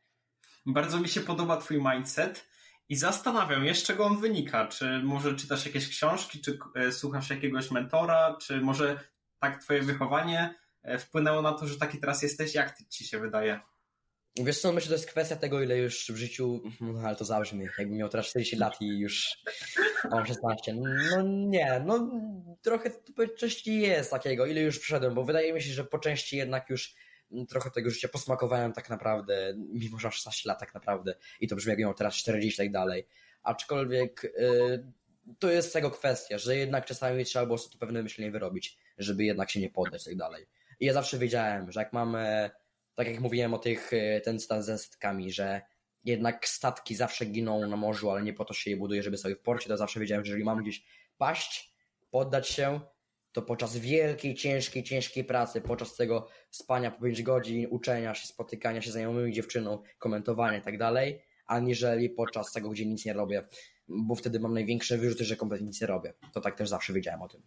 Bardzo mi się podoba twój mindset i zastanawiam się, z czego on wynika. Czy może czytasz jakieś książki, czy słuchasz jakiegoś mentora, czy może tak twoje wychowanie wpłynęło na to, że taki teraz jesteś? Jak ci się wydaje? Wiesz co, myślę, że to jest kwestia tego, ile już w życiu, no ale to zabrzmi, jakbym miał teraz czterdzieści lat i już mam szesnaście. No nie, no trochę po części jest takiego, ile już przeszedłem, bo wydaje mi się, że po części jednak już trochę tego życia posmakowałem tak naprawdę, mimo że mam szesnaście lat tak naprawdę i to brzmi, jak miał teraz czterdzieści i tak dalej. Aczkolwiek yy, to jest tego kwestia, że jednak czasami trzeba było sobie to pewne myślenie wyrobić, żeby jednak się nie poddać i tak dalej. I ja zawsze wiedziałem, że jak mamy, tak jak mówiłem o tych, ten stan ze statkami, że jednak statki zawsze giną na morzu, ale nie po to się je buduje, żeby sobie w porcie, to zawsze wiedziałem, że jeżeli mam gdzieś paść, poddać się, to podczas wielkiej, ciężkiej, ciężkiej pracy, podczas tego spania po pięć godzin, uczenia się, spotykania się z znajomymi dziewczyną, komentowania i tak dalej, aniżeli podczas tego, gdzie nic nie robię, bo wtedy mam największe wyrzuty, że kompletnie nic nie robię. To tak też zawsze wiedziałem o tym.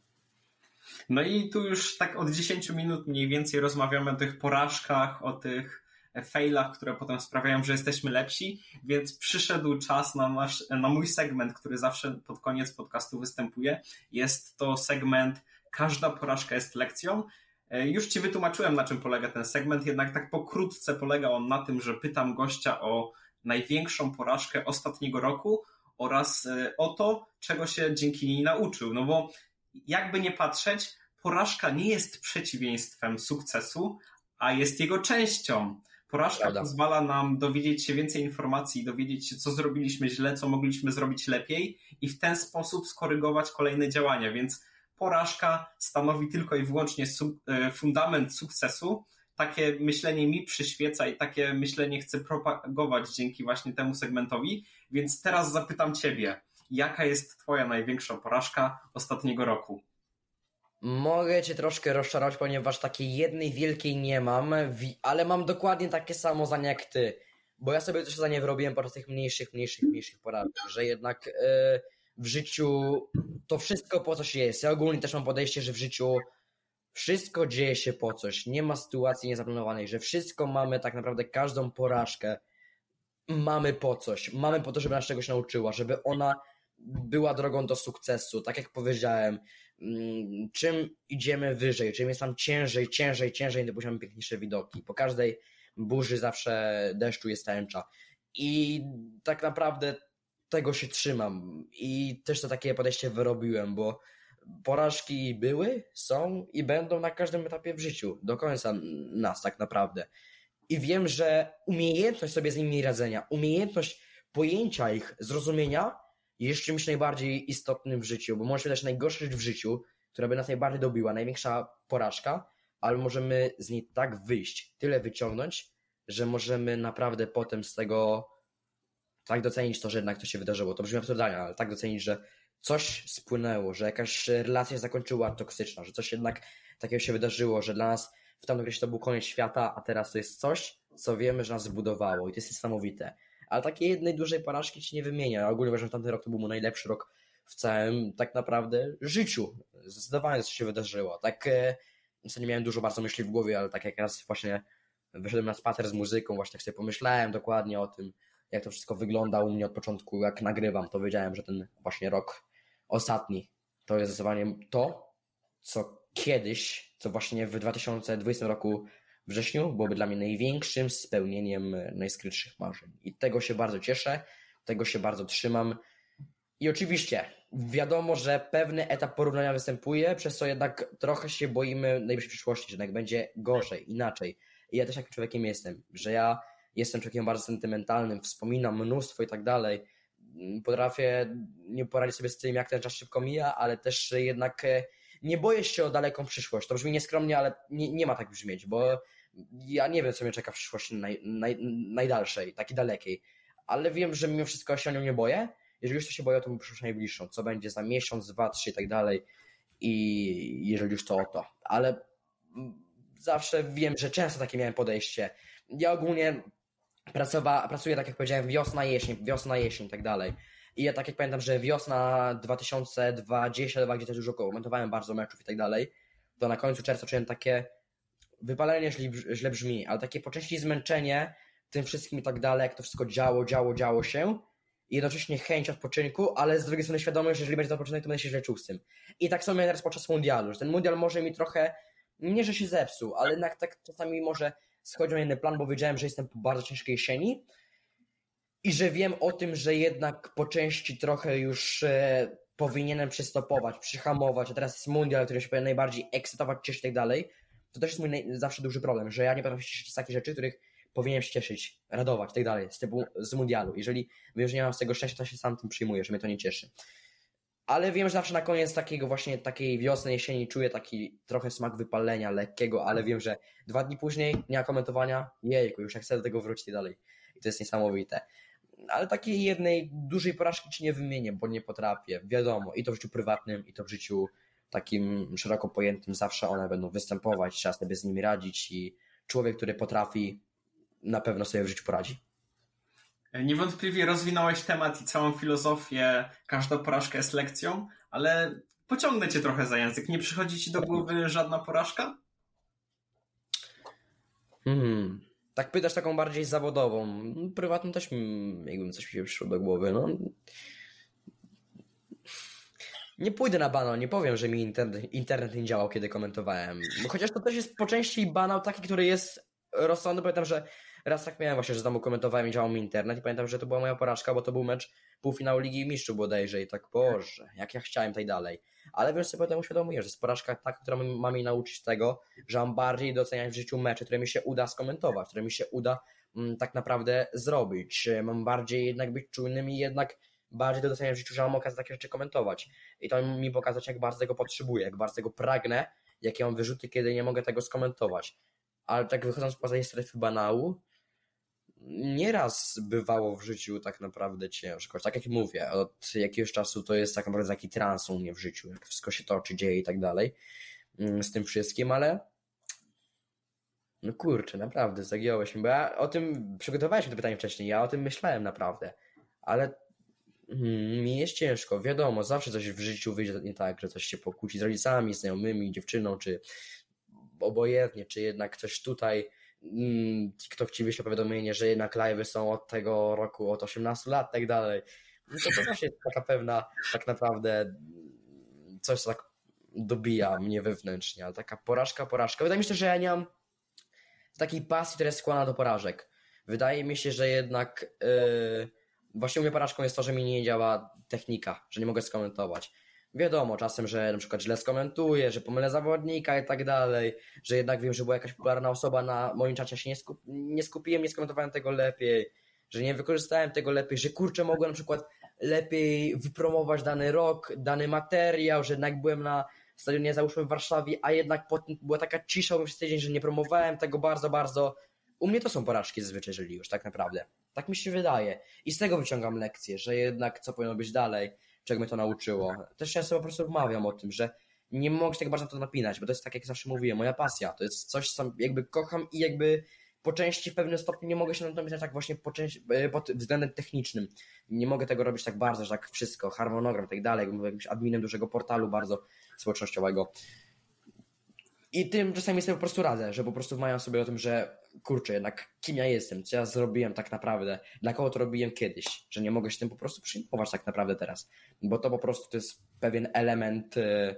No i tu już tak od dziesięciu minut mniej więcej rozmawiamy o tych porażkach, o tych failach, które potem sprawiają, że jesteśmy lepsi, więc przyszedł czas na, nasz, na mój segment, który zawsze pod koniec podcastu występuje. Jest to segment Każda porażka jest lekcją. Już ci wytłumaczyłem, na czym polega ten segment, jednak tak pokrótce polega on na tym, że pytam gościa o największą porażkę ostatniego roku oraz o to, czego się dzięki niej nauczył. No bo jakby nie patrzeć, porażka nie jest przeciwieństwem sukcesu, a jest jego częścią. Porażka Prawda. pozwala nam dowiedzieć się więcej informacji, dowiedzieć się, co zrobiliśmy źle, co mogliśmy zrobić lepiej i w ten sposób skorygować kolejne działania, więc porażka stanowi tylko i wyłącznie su- fundament sukcesu. Takie myślenie mi przyświeca i takie myślenie chcę propagować dzięki właśnie temu segmentowi, więc teraz zapytam ciebie, jaka jest twoja największa porażka ostatniego roku? Mogę cię troszkę rozczarować, ponieważ takiej jednej wielkiej nie mam, ale mam dokładnie takie samo zdanie jak ty, bo ja sobie też zdanie wyrobiłem podczas tych mniejszych, mniejszych, mniejszych porażek, że jednak yy, w życiu to wszystko po coś jest. Ja ogólnie też mam podejście, że w życiu wszystko dzieje się po coś, nie ma sytuacji niezaplanowanej, że wszystko mamy tak naprawdę, każdą porażkę mamy po coś, mamy po to, żeby nas czegoś nauczyła, żeby ona była drogą do sukcesu, tak jak powiedziałem, czym idziemy wyżej, czym jest nam ciężej, ciężej, ciężej, to mamy piękniejsze widoki. Po każdej burzy zawsze deszczu jest tęcza. I tak naprawdę tego się trzymam. I też to takie podejście wyrobiłem, bo porażki były, są i będą na każdym etapie w życiu, do końca nas tak naprawdę. I wiem, że umiejętność sobie z nimi radzenia, umiejętność pojęcia ich, zrozumienia jest czymś najbardziej istotnym w życiu, bo może się dać najgorsza rzecz w życiu, która by nas najbardziej dobiła, największa porażka, ale możemy z niej tak wyjść, tyle wyciągnąć, że możemy naprawdę potem z tego tak docenić to, że jednak to się wydarzyło. To brzmi absurdalnie, ale tak docenić, że coś spłynęło, że jakaś relacja się zakończyła toksyczna, że coś jednak takiego się wydarzyło, że dla nas w tamtym okresie to był koniec świata, a teraz to jest coś, co wiemy, że nas zbudowało i to jest niesamowite. Ale takiej jednej dużej porażki ci nie wymienia. Ogólnie uważam, że tamten rok to był mój najlepszy rok w całym tak naprawdę życiu. Zdecydowanie co się wydarzyło. Tak, e, nie miałem dużo bardzo myśli w głowie, ale tak jak raz właśnie wyszedłem na spacer z muzyką, właśnie tak sobie pomyślałem dokładnie o tym, jak to wszystko wygląda u mnie od początku, jak nagrywam, to wiedziałem, że ten właśnie rok ostatni to jest zdecydowanie to, co kiedyś, co właśnie w dwa tysiące dwudziestym roku wrześniu byłoby dla mnie największym spełnieniem najskrytszych marzeń. I tego się bardzo cieszę, tego się bardzo trzymam. I oczywiście wiadomo, że pewny etap porównania występuje, przez co jednak trochę się boimy najbliższej przyszłości, że jednak będzie gorzej, inaczej. I ja też takim człowiekiem jestem, że ja jestem człowiekiem bardzo sentymentalnym, wspominam mnóstwo i tak dalej. Potrafię nie poradzić sobie z tym, jak ten czas szybko mija, ale też jednak nie boję się o daleką przyszłość. To brzmi nieskromnie, ale nie, nie ma tak brzmieć, bo ja nie wiem, co mnie czeka w przyszłości naj, naj, najdalszej, takiej dalekiej. Ale wiem, że mimo wszystko się o nią nie boję. Jeżeli już to się boję, to przyszłość najbliższą, co będzie za miesiąc, dwa, trzy i tak dalej. I jeżeli już to o to. Ale zawsze wiem, że często takie miałem podejście. Ja ogólnie pracowa, pracuję, tak jak powiedziałem, wiosna, jesień, wiosna, jesień i tak dalej. I ja tak jak pamiętam, że wiosna dwa tysiące dwudziesty dwa, gdzie też dużo komentowałem bardzo meczów i tak dalej, to na końcu czerwca czułem takie wypalenie, źle, źle brzmi, ale takie po części zmęczenie tym wszystkim i tak dalej, jak to wszystko działo, działo, działo się i jednocześnie chęć odpoczynku, ale z drugiej strony świadomość, że jeżeli będzie to odpoczynek, to będę się źle czuł z tym. I tak samo teraz podczas mundialu, że ten mundial może mi trochę, nie że się zepsuł, ale jednak tak czasami może schodzi na inny plan, bo wiedziałem, że jestem po bardzo ciężkiej jesieni i że wiem o tym, że jednak po części trochę już e, powinienem przystopować, przyhamować, a teraz jest mundial, który się powinien najbardziej ekscytować, cieszyć i tak dalej. To też jest mój naj- zawsze duży problem, że ja nie potrafię się cieszyć z takich rzeczy, których powinienem się cieszyć, radować i tak dalej, z typu z mundialu. Jeżeli wiem, że nie mam z tego szczęścia, to się sam tym przyjmuję, że mnie to nie cieszy. Ale wiem, że zawsze na koniec takiego właśnie takiej wiosny, jesieni czuję taki trochę smak wypalenia lekkiego, ale wiem, że dwa dni później, dnia komentowania, jejku, już jak chcę do tego wrócić i dalej. I to jest niesamowite. Ale takiej jednej dużej porażki ci nie wymienię, bo nie potrafię. Wiadomo, i to w życiu prywatnym, i to w życiu takim szeroko pojętym, zawsze one będą występować, trzeba sobie z nimi radzić i człowiek, który potrafi, na pewno sobie w życiu poradzi. Niewątpliwie rozwinąłeś temat i całą filozofię, każda porażka jest lekcją, ale pociągnę cię trochę za język. Nie przychodzi ci do głowy żadna porażka? Hmm. Tak pytasz taką bardziej zawodową. Prywatną też mm, jakbym coś mi się przyszło do głowy. No. Nie pójdę na banał, nie powiem, że mi internet, internet nie działał, kiedy komentowałem. Chociaż to też jest po części banał taki, który jest rozsądny. Pamiętam, że raz tak miałem właśnie, że z domu komentowałem i działał mi internet i pamiętam, że to była moja porażka, bo to był mecz półfinału Ligi Mistrzów bodajże i tak, Boże, jak ja chciałem tak dalej. Ale wiesz, sobie potem uświadomuję, że jest porażka taka, która ma mnie nauczyć tego, że mam bardziej doceniać w życiu mecze, które mi się uda skomentować, które mi się uda mm, tak naprawdę zrobić. Mam bardziej jednak być czujnym i jednak bardziej doceniać w życiu, że mam okazję takie rzeczy komentować. I to mi pokazać, jak bardzo tego potrzebuję, jak bardzo tego pragnę, jakie mam wyrzuty, kiedy nie mogę tego skomentować. Ale tak wychodząc poza tej strefy banału, nieraz bywało w życiu tak naprawdę ciężko. Tak jak mówię, od jakiegoś czasu to jest tak naprawdę taki trans u mnie w życiu, jak wszystko się toczy, dzieje i tak dalej z tym wszystkim, ale no kurczę, naprawdę zagiąłeś mi, bo ja o tym przygotowałeś mi to pytanie wcześniej, ja o tym myślałem naprawdę, ale hmm, mi jest ciężko, wiadomo, zawsze coś w życiu wyjdzie nie tak, że coś się pokłóci z rodzicami, znajomymi, dziewczyną, czy obojętnie, czy jednak coś tutaj TikTok ci wyśle powiadomienie, że jednak live'y są od tego roku, od osiemnastu lat i tak dalej. No to, to zawsze jest taka pewna, tak naprawdę coś, co tak dobija mnie wewnętrznie, ale taka porażka, porażka. Wydaje mi się, że ja nie mam takiej pasji, która jest skłonna do porażek. Wydaje mi się, że jednak yy, właśnie u mnie porażką jest to, że mi nie działa technika, że nie mogę skomentować. Wiadomo czasem, że na przykład źle skomentuję, że pomylę zawodnika i tak dalej, że jednak wiem, że była jakaś popularna osoba na moim czacie, się nie, skup, nie skupiłem, nie skomentowałem tego lepiej, że nie wykorzystałem tego lepiej, że kurczę mogłem na przykład lepiej wypromować dany rok, dany materiał, że jednak byłem na stadionie załóżmy w Warszawie, a jednak potem była taka cisza przez tydzień, że nie promowałem tego bardzo, bardzo. U mnie to są porażki zazwyczaj, jeżeli już tak naprawdę. Tak mi się wydaje. I z tego wyciągam lekcję, że jednak co powinno być dalej, czego mnie to nauczyło. Też często po prostu wmawiam o tym, że nie mogę się tak bardzo na to napinać, bo to jest tak, jak zawsze mówiłem, moja pasja. To jest coś, co jakby kocham i jakby po części w pewnym stopniu nie mogę się na to napinać tak właśnie po części, pod względem technicznym. Nie mogę tego robić tak bardzo, że tak wszystko, harmonogram i tak dalej, jakbym był jakimś adminem dużego portalu bardzo społecznościowego. I tym czasami sobie po prostu radzę, że po prostu wmawiam sobie o tym, że kurczę, jednak kim ja jestem, co ja zrobiłem tak naprawdę, dla kogo to robiłem kiedyś, że nie mogę się tym po prostu przyjmować tak naprawdę teraz, bo to po prostu to jest pewien element, e,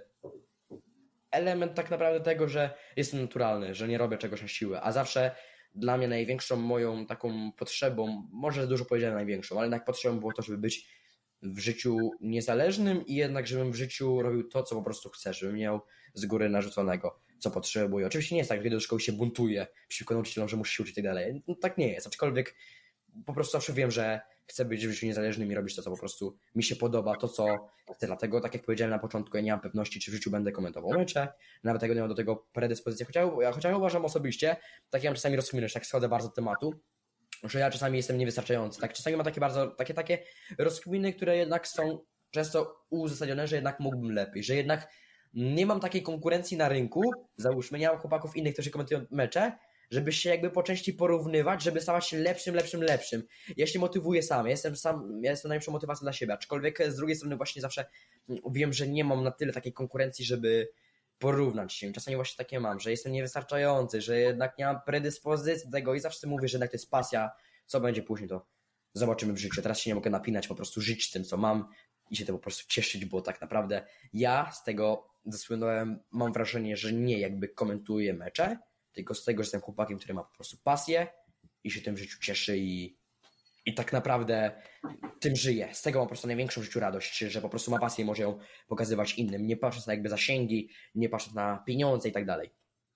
element tak naprawdę tego, że jestem naturalny, że nie robię czegoś na siłę, a zawsze dla mnie największą moją taką potrzebą, może dużo powiedziałem największą, ale jednak potrzebą było to, żeby być w życiu niezależnym i jednak, żebym w życiu robił to, co po prostu chcę, żebym miał z góry narzuconego, co potrzebuję. Oczywiście nie jest tak, że kiedy do szkoły się buntuje przeciwko nauczycielom, że muszę się uczyć i tak dalej. No, tak nie jest, aczkolwiek po prostu zawsze wiem, że chcę być w życiu niezależnym i robić to, co po prostu mi się podoba, to, co chcę. Dlatego, tak jak powiedziałem na początku, ja nie mam pewności, czy w życiu będę komentował mecze, nawet tego nie mam do tego predyspozycji, chociaż ja, chociaż ja uważam osobiście, tak ja mam czasami rozkminę, że tak schodzę bardzo do tematu, że ja czasami jestem niewystarczający. Tak, czasami mam takie bardzo, takie, takie rozkminy, które jednak są często uzasadnione, że jednak mógłbym lepiej, że jednak nie mam takiej konkurencji na rynku, załóżmy, nie mam chłopaków innych, którzy komentują mecze, żeby się jakby po części porównywać, żeby stawać się lepszym, lepszym, lepszym. Ja się motywuję sam, ja jestem sam, ja jestem najlepszą motywacją dla siebie, aczkolwiek z drugiej strony właśnie zawsze wiem, że nie mam na tyle takiej konkurencji, żeby porównać się. Czasami właśnie takie mam, że jestem niewystarczający, że jednak nie mam predyspozycji do tego i zawsze mówię, że jednak to jest pasja, co będzie później, to zobaczymy w życiu. Teraz się nie mogę napinać, po prostu żyć tym, co mam i się tym po prostu cieszyć, bo tak naprawdę ja z tego zasłynąłem, mam wrażenie, że nie jakby komentuję mecze, tylko z tego, że jestem chłopakiem, który ma po prostu pasję i się tym w życiu cieszy i, i tak naprawdę tym żyje. Z tego mam po prostu największą w życiu radość, że po prostu ma pasję i może ją pokazywać innym, nie patrząc na jakby zasięgi, nie patrząc na pieniądze i tak dalej.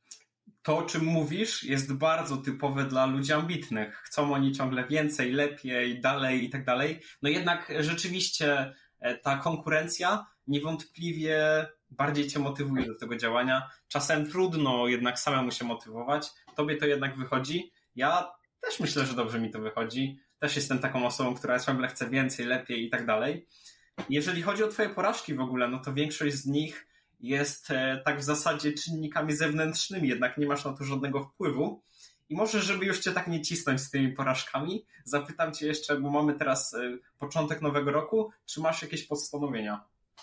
To, o czym mówisz, jest bardzo typowe dla ludzi ambitnych. Chcą oni ciągle więcej, lepiej, dalej i tak dalej. No jednak rzeczywiście ta konkurencja niewątpliwie bardziej cię motywuje do tego działania. Czasem trudno jednak samemu się motywować. Tobie to jednak wychodzi. Ja też myślę, że dobrze mi to wychodzi. Też jestem taką osobą, która ciągle chce więcej, lepiej i tak dalej. Jeżeli chodzi o twoje porażki w ogóle, no to większość z nich jest tak w zasadzie czynnikami zewnętrznymi, jednak nie masz na to żadnego wpływu. I może, żeby już cię tak nie cisnąć z tymi porażkami, zapytam cię jeszcze, bo mamy teraz początek nowego roku, czy masz jakieś postanowienia?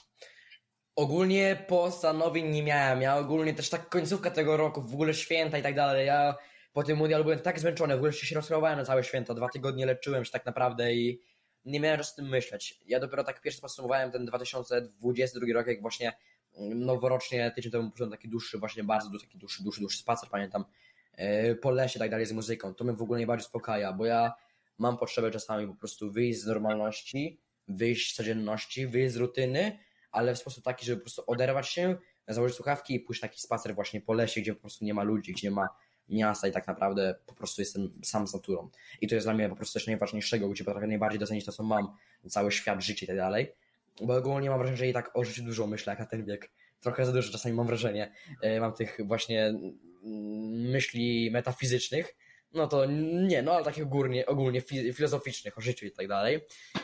Ogólnie postanowień nie miałem. Ja ogólnie też tak końcówka tego roku, w ogóle święta i tak dalej. Ja po tym mundialu byłem tak zmęczony, w ogóle się rozchorowałem na całe święta. Dwa tygodnie leczyłem się tak naprawdę i nie miałem czasu o tym myśleć. Ja dopiero tak pierwszy podsumowałem ten dwa tysiące dwudziesty drugi rok, jak właśnie noworocznie, tydzień temu poszedłem taki dłuższy, właśnie bardzo taki dłuższy, dłuższy, dłuższy spacer, pamiętam, yy, po lesie i tak dalej z muzyką. To mnie w ogóle najbardziej uspokaja, bo ja mam potrzebę czasami po prostu wyjść z normalności, wyjść z codzienności, wyjść z rutyny, ale w sposób taki, żeby po prostu oderwać się, założyć słuchawki i pójść taki spacer właśnie po lesie, gdzie po prostu nie ma ludzi, gdzie nie ma miasta i tak naprawdę po prostu jestem sam z naturą. I to jest dla mnie po prostu coś najważniejszego, gdzie potrafię najbardziej docenić to, co mam, cały świat, życie i tak dalej. Bo ogólnie mam wrażenie, że i tak o życiu dużo myślę, jak na ten wiek. Trochę za dużo czasami mam wrażenie. Mam tych właśnie myśli metafizycznych, no to nie, no ale takich ogólnie, ogólnie filozoficznych o życiu i tak dalej.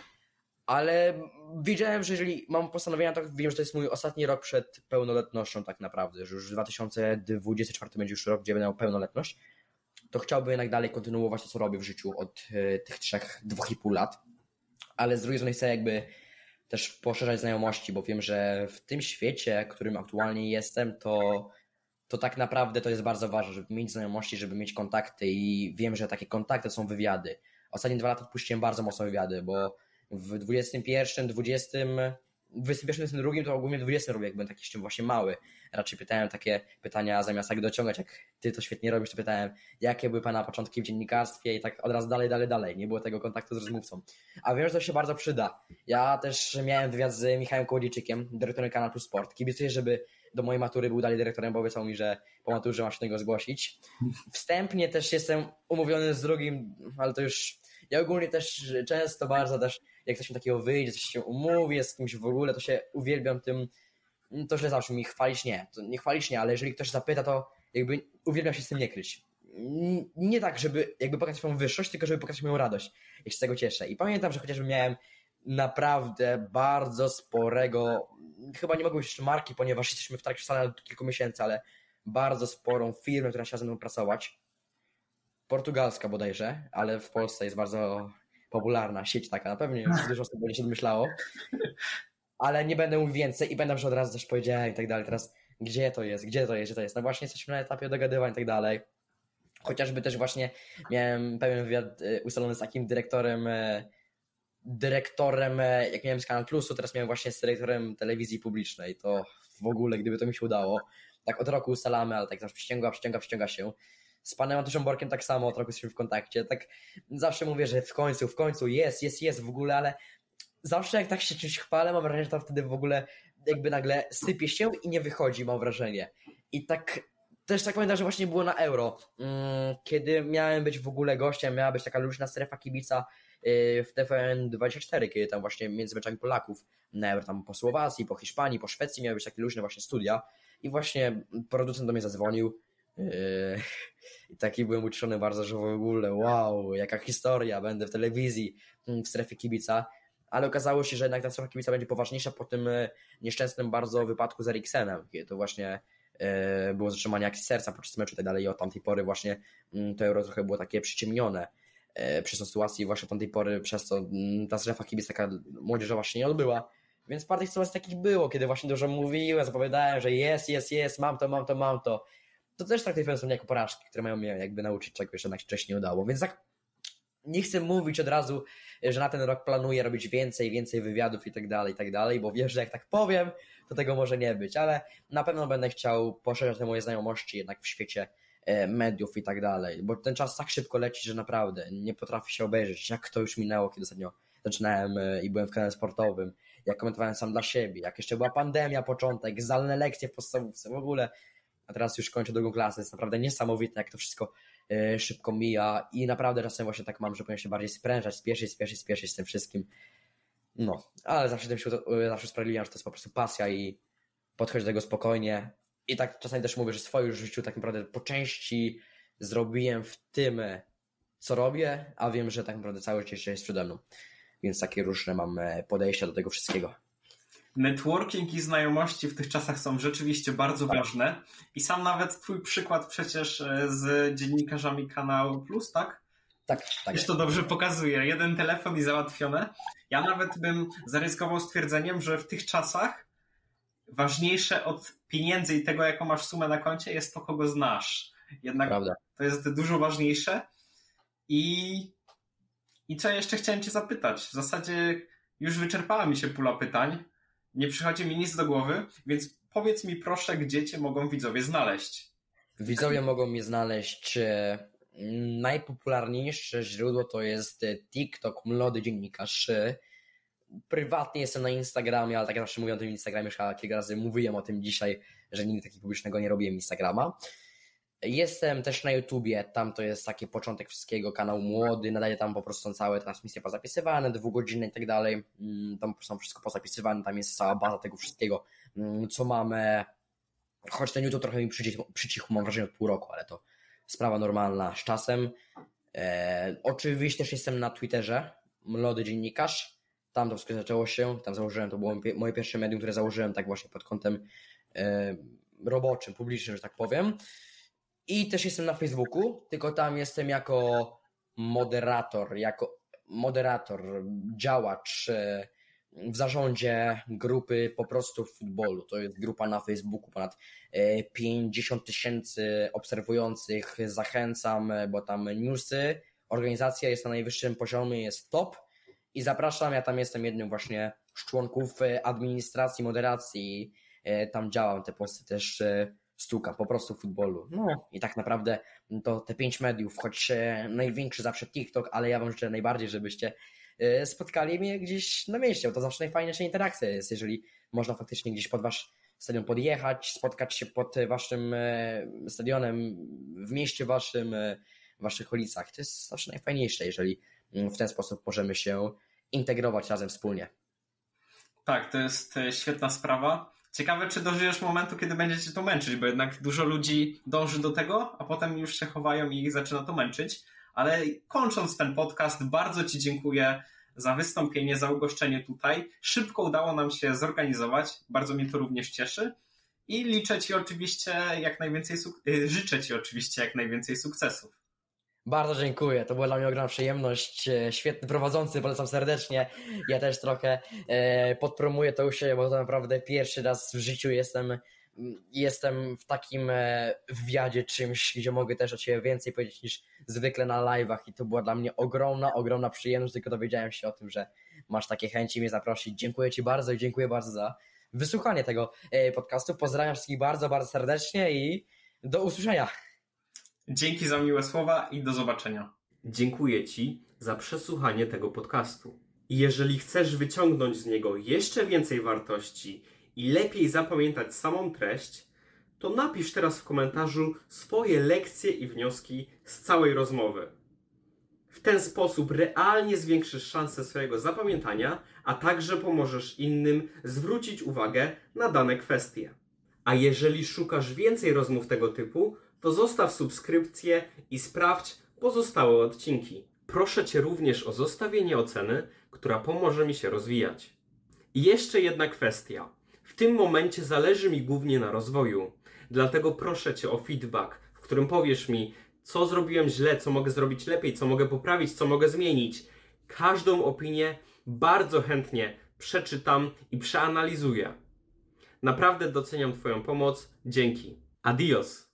Ale wiedziałem, że jeżeli mam postanowienia, to wiem, że to jest mój ostatni rok przed pełnoletnością tak naprawdę, że już dwa tysiące dwudziesty czwarty będzie już rok, gdzie będę miał pełnoletność, to chciałbym jednak dalej kontynuować to, co robię w życiu od tych trzech, dwóch i pół lat, ale z drugiej strony chcę jakby też poszerzać znajomości, bo wiem, że w tym świecie, w którym aktualnie jestem, to, to tak naprawdę to jest bardzo ważne, żeby mieć znajomości, żeby mieć kontakty i wiem, że takie kontakty są wywiady. Ostatnie dwa lata odpuściłem bardzo mocno wywiady, bo w dwudziestym pierwszym, dwudziestym, dwudziestym pierwszym, dwudziestym drugim to ogólnie dwudziestym robię, jak byłem taki jeszcze właśnie mały. Raczej pytałem takie pytania, zamiast tak dociągać, jak ty to świetnie robisz, to pytałem, jakie były pana początki w dziennikarstwie i tak od razu dalej, dalej, dalej. Nie było tego kontaktu z rozmówcą. A wiem, że to się bardzo przyda. Ja też miałem wywiad z Michałem Kołodziejczykiem, dyrektorem Kanal Plus Sport. Kibicuję, żeby do mojej matury był dalej dyrektorem, bo obiecał mi, że po maturze mam się do niego zgłosić. Wstępnie też jestem umówiony z drugim, ale to już... Ja ogólnie też często bardzo też, jak coś mi takiego wyjdzie, coś się umówię z kimś w ogóle, to się uwielbiam tym, to źle zawsze mi chwalić, nie, to nie chwalić nie, ale jeżeli ktoś zapyta, to jakby uwielbiam się z tym nie kryć. Nie tak, żeby jakby pokazać moją wyższość, tylko żeby pokazać moją radość. Ja się z tego cieszę. I pamiętam, że chociażby miałem naprawdę bardzo sporego, chyba nie mogę już jeszcze marki, ponieważ jesteśmy w trakcie wcale kilku miesięcy, ale bardzo sporą firmę, która chciała ze mną pracować. Portugalska bodajże, ale w Polsce jest bardzo popularna sieć taka, na pewno dużo osób będzie się domyślało, ale nie będę mówił więcej i będę, że od razu też powiedziałem i tak dalej. Teraz gdzie to jest, gdzie to jest, gdzie to jest, no właśnie jesteśmy na etapie dogadywań i tak dalej, Chociażby też właśnie miałem pewien wywiad e, ustalony z takim dyrektorem, e, dyrektorem, e, jak miałem z Kanal Plusu, teraz miałem właśnie z dyrektorem telewizji publicznej. To w ogóle, gdyby to mi się udało. Tak od roku ustalamy, ale tak zawsze przyciąga, przyciąga, przyciąga się. Z panem Mateuszem Borkiem tak samo od roku jesteśmy w kontakcie. Tak zawsze mówię, że w końcu, w końcu jest, jest, jest w ogóle, ale zawsze jak tak się czymś chwalę, mam wrażenie, że to wtedy w ogóle jakby nagle sypie się i nie wychodzi, mam wrażenie. I tak też tak pamiętam, że właśnie było na Euro, kiedy miałem być w ogóle gościem, miała być taka luźna strefa kibica w T V N dwadzieścia cztery, kiedy tam właśnie między meczami Polaków na Euro, tam po Słowacji, po Hiszpanii, po Szwecji miały być takie luźne właśnie studia i właśnie producent do mnie zadzwonił i taki byłem ucieszony bardzo, że w ogóle wow, jaka historia, będę w telewizji w strefie kibica. Ale okazało się, że jednak ta strefa kibica będzie poważniejsza po tym nieszczęsnym bardzo wypadku z Eriksenem, kiedy to właśnie e, było zatrzymanie akcji serca podczas meczu i tak dalej. I od tamtej pory właśnie m, to Euro trochę było takie przyciemnione e, przez tą sytuację i właśnie od tamtej pory przez to m, ta strefa kibica taka młodzieżowa się nie odbyła. Więc parę tych sytuacji takich było, kiedy właśnie dużo mówiłem, zapowiadałem, że jest, jest, jest, mam to, mam to, mam to. To też traktuję pewnie jako porażki, które mają mnie jakby nauczyć czegoś, że jednak wcześniej udało. Więc tak nie chcę mówić od razu, że na ten rok planuję robić więcej, więcej wywiadów i tak dalej, i tak dalej, bo wiem, że jak tak powiem, to tego może nie być, ale na pewno będę chciał poszerzać te moje znajomości jednak w świecie mediów i tak dalej, bo ten czas tak szybko leci, że naprawdę nie potrafię się obejrzeć, jak to już minęło, kiedy ostatnio zaczynałem i byłem w kanale sportowym, jak komentowałem sam dla siebie, jak jeszcze była pandemia, początek, zdalne lekcje w podstawówce, w ogóle, a teraz już kończę drugą klasę, jest naprawdę niesamowite, jak to wszystko szybko mija i naprawdę czasem właśnie tak mam, że powinien się bardziej sprężać, spieszyć, spieszyć, spieszyć z tym wszystkim. No, ale zawsze tym się zawsze sprawiedliwiam, że to jest po prostu pasja i podchodzę do tego spokojnie. I tak czasami też mówię, że swoje już w życiu tak naprawdę po części zrobiłem w tym, co robię, a wiem, że tak naprawdę cały czas jeszcze jest przede mną. Więc takie różne mam podejścia do tego wszystkiego. Networking i znajomości w tych czasach są rzeczywiście bardzo ważne i sam nawet twój przykład przecież z dziennikarzami Kanału Plus, tak? Tak, tak. Też to dobrze pokazuje. Jeden telefon i załatwione. Ja nawet bym zaryzykował stwierdzeniem, że w tych czasach ważniejsze od pieniędzy i tego, jaką masz sumę na koncie, jest to, kogo znasz. Jednak Prawda. To jest dużo ważniejsze. I, i co jeszcze chciałem cię zapytać? W zasadzie już wyczerpała mi się pula pytań. Nie przychodzi mi nic do głowy, więc powiedz mi proszę, gdzie cię mogą widzowie znaleźć. Widzowie mogą mnie znaleźć. Najpopularniejsze źródło to jest TikTok, Młody Dziennikarz. Prywatnie jestem na Instagramie, ale tak jak zawsze mówię o tym Instagramie, już kilka razy mówiłem o tym dzisiaj, że nigdy takiego publicznego nie robiłem Instagrama. Jestem też na YouTubie, tam to jest taki początek wszystkiego, kanał młody, nadaję tam po prostu są całe transmisje pozapisywane, dwugodzinne i tak dalej, tam po prostu wszystko pozapisywane, tam jest cała baza tego wszystkiego, co mamy, choć ten YouTube trochę mi przycichł, przycichł mam wrażenie od pół roku, ale to sprawa normalna z czasem. E, oczywiście też jestem na Twitterze, Młody Dziennikarz, tam to wszystko zaczęło się, tam założyłem, to było moje pierwsze medium, które założyłem tak właśnie pod kątem e, roboczym, publicznym, że tak powiem. I też jestem na Facebooku, tylko tam jestem jako moderator, jako moderator, działacz w zarządzie grupy Po prostu w futbolu. To jest grupa na Facebooku, ponad pięćdziesiąt tysięcy obserwujących. Zachęcam, bo tam newsy, organizacja jest na najwyższym poziomie, jest top i zapraszam, ja tam jestem jednym właśnie z członków administracji, moderacji. Tam działam, te posty też sztuka, po prostu w futbolu. No i tak naprawdę to te pięć mediów, choć największy zawsze TikTok, ale ja wam życzę najbardziej, żebyście spotkali mnie gdzieś na mieście, bo to zawsze najfajniejsza interakcja jest, jeżeli można faktycznie gdzieś pod wasz stadion podjechać, spotkać się pod waszym stadionem, w mieście waszym, w waszych ulicach. To jest zawsze najfajniejsze, jeżeli w ten sposób możemy się integrować razem wspólnie. Tak, to jest świetna sprawa. Ciekawe, czy dożyjesz momentu, kiedy będziecie to męczyć, bo jednak dużo ludzi dąży do tego, a potem już się chowają i ich zaczyna to męczyć. Ale kończąc ten podcast, bardzo ci dziękuję za wystąpienie, za ugoszczenie tutaj. Szybko udało nam się zorganizować, bardzo mnie to również cieszy i liczę ci oczywiście jak najwięcej, suk- życzę ci oczywiście jak najwięcej sukcesów. Bardzo dziękuję, to była dla mnie ogromna przyjemność, świetny prowadzący, polecam serdecznie. Ja też trochę e, podpromuję to u siebie, bo to naprawdę pierwszy raz w życiu jestem jestem w takim e, wywiadzie czymś, gdzie mogę też o Ciebie więcej powiedzieć niż zwykle na live'ach i to była dla mnie ogromna, ogromna przyjemność, tylko dowiedziałem się o tym, że masz takie chęci mnie zaprosić. Dziękuję Ci bardzo i dziękuję bardzo za wysłuchanie tego e, podcastu. Pozdrawiam wszystkich bardzo, bardzo serdecznie i do usłyszenia. Dzięki za miłe słowa i do zobaczenia. Dziękuję Ci za przesłuchanie tego podcastu. I jeżeli chcesz wyciągnąć z niego jeszcze więcej wartości i lepiej zapamiętać samą treść, to napisz teraz w komentarzu swoje lekcje i wnioski z całej rozmowy. W ten sposób realnie zwiększysz szanse swojego zapamiętania, a także pomożesz innym zwrócić uwagę na dane kwestie. A jeżeli szukasz więcej rozmów tego typu, to zostaw subskrypcję i sprawdź pozostałe odcinki. Proszę Cię również o zostawienie oceny, która pomoże mi się rozwijać. I jeszcze jedna kwestia. W tym momencie zależy mi głównie na rozwoju. Dlatego proszę Cię o feedback, w którym powiesz mi, co zrobiłem źle, co mogę zrobić lepiej, co mogę poprawić, co mogę zmienić. Każdą opinię bardzo chętnie przeczytam i przeanalizuję. Naprawdę doceniam Twoją pomoc. Dzięki. Adios.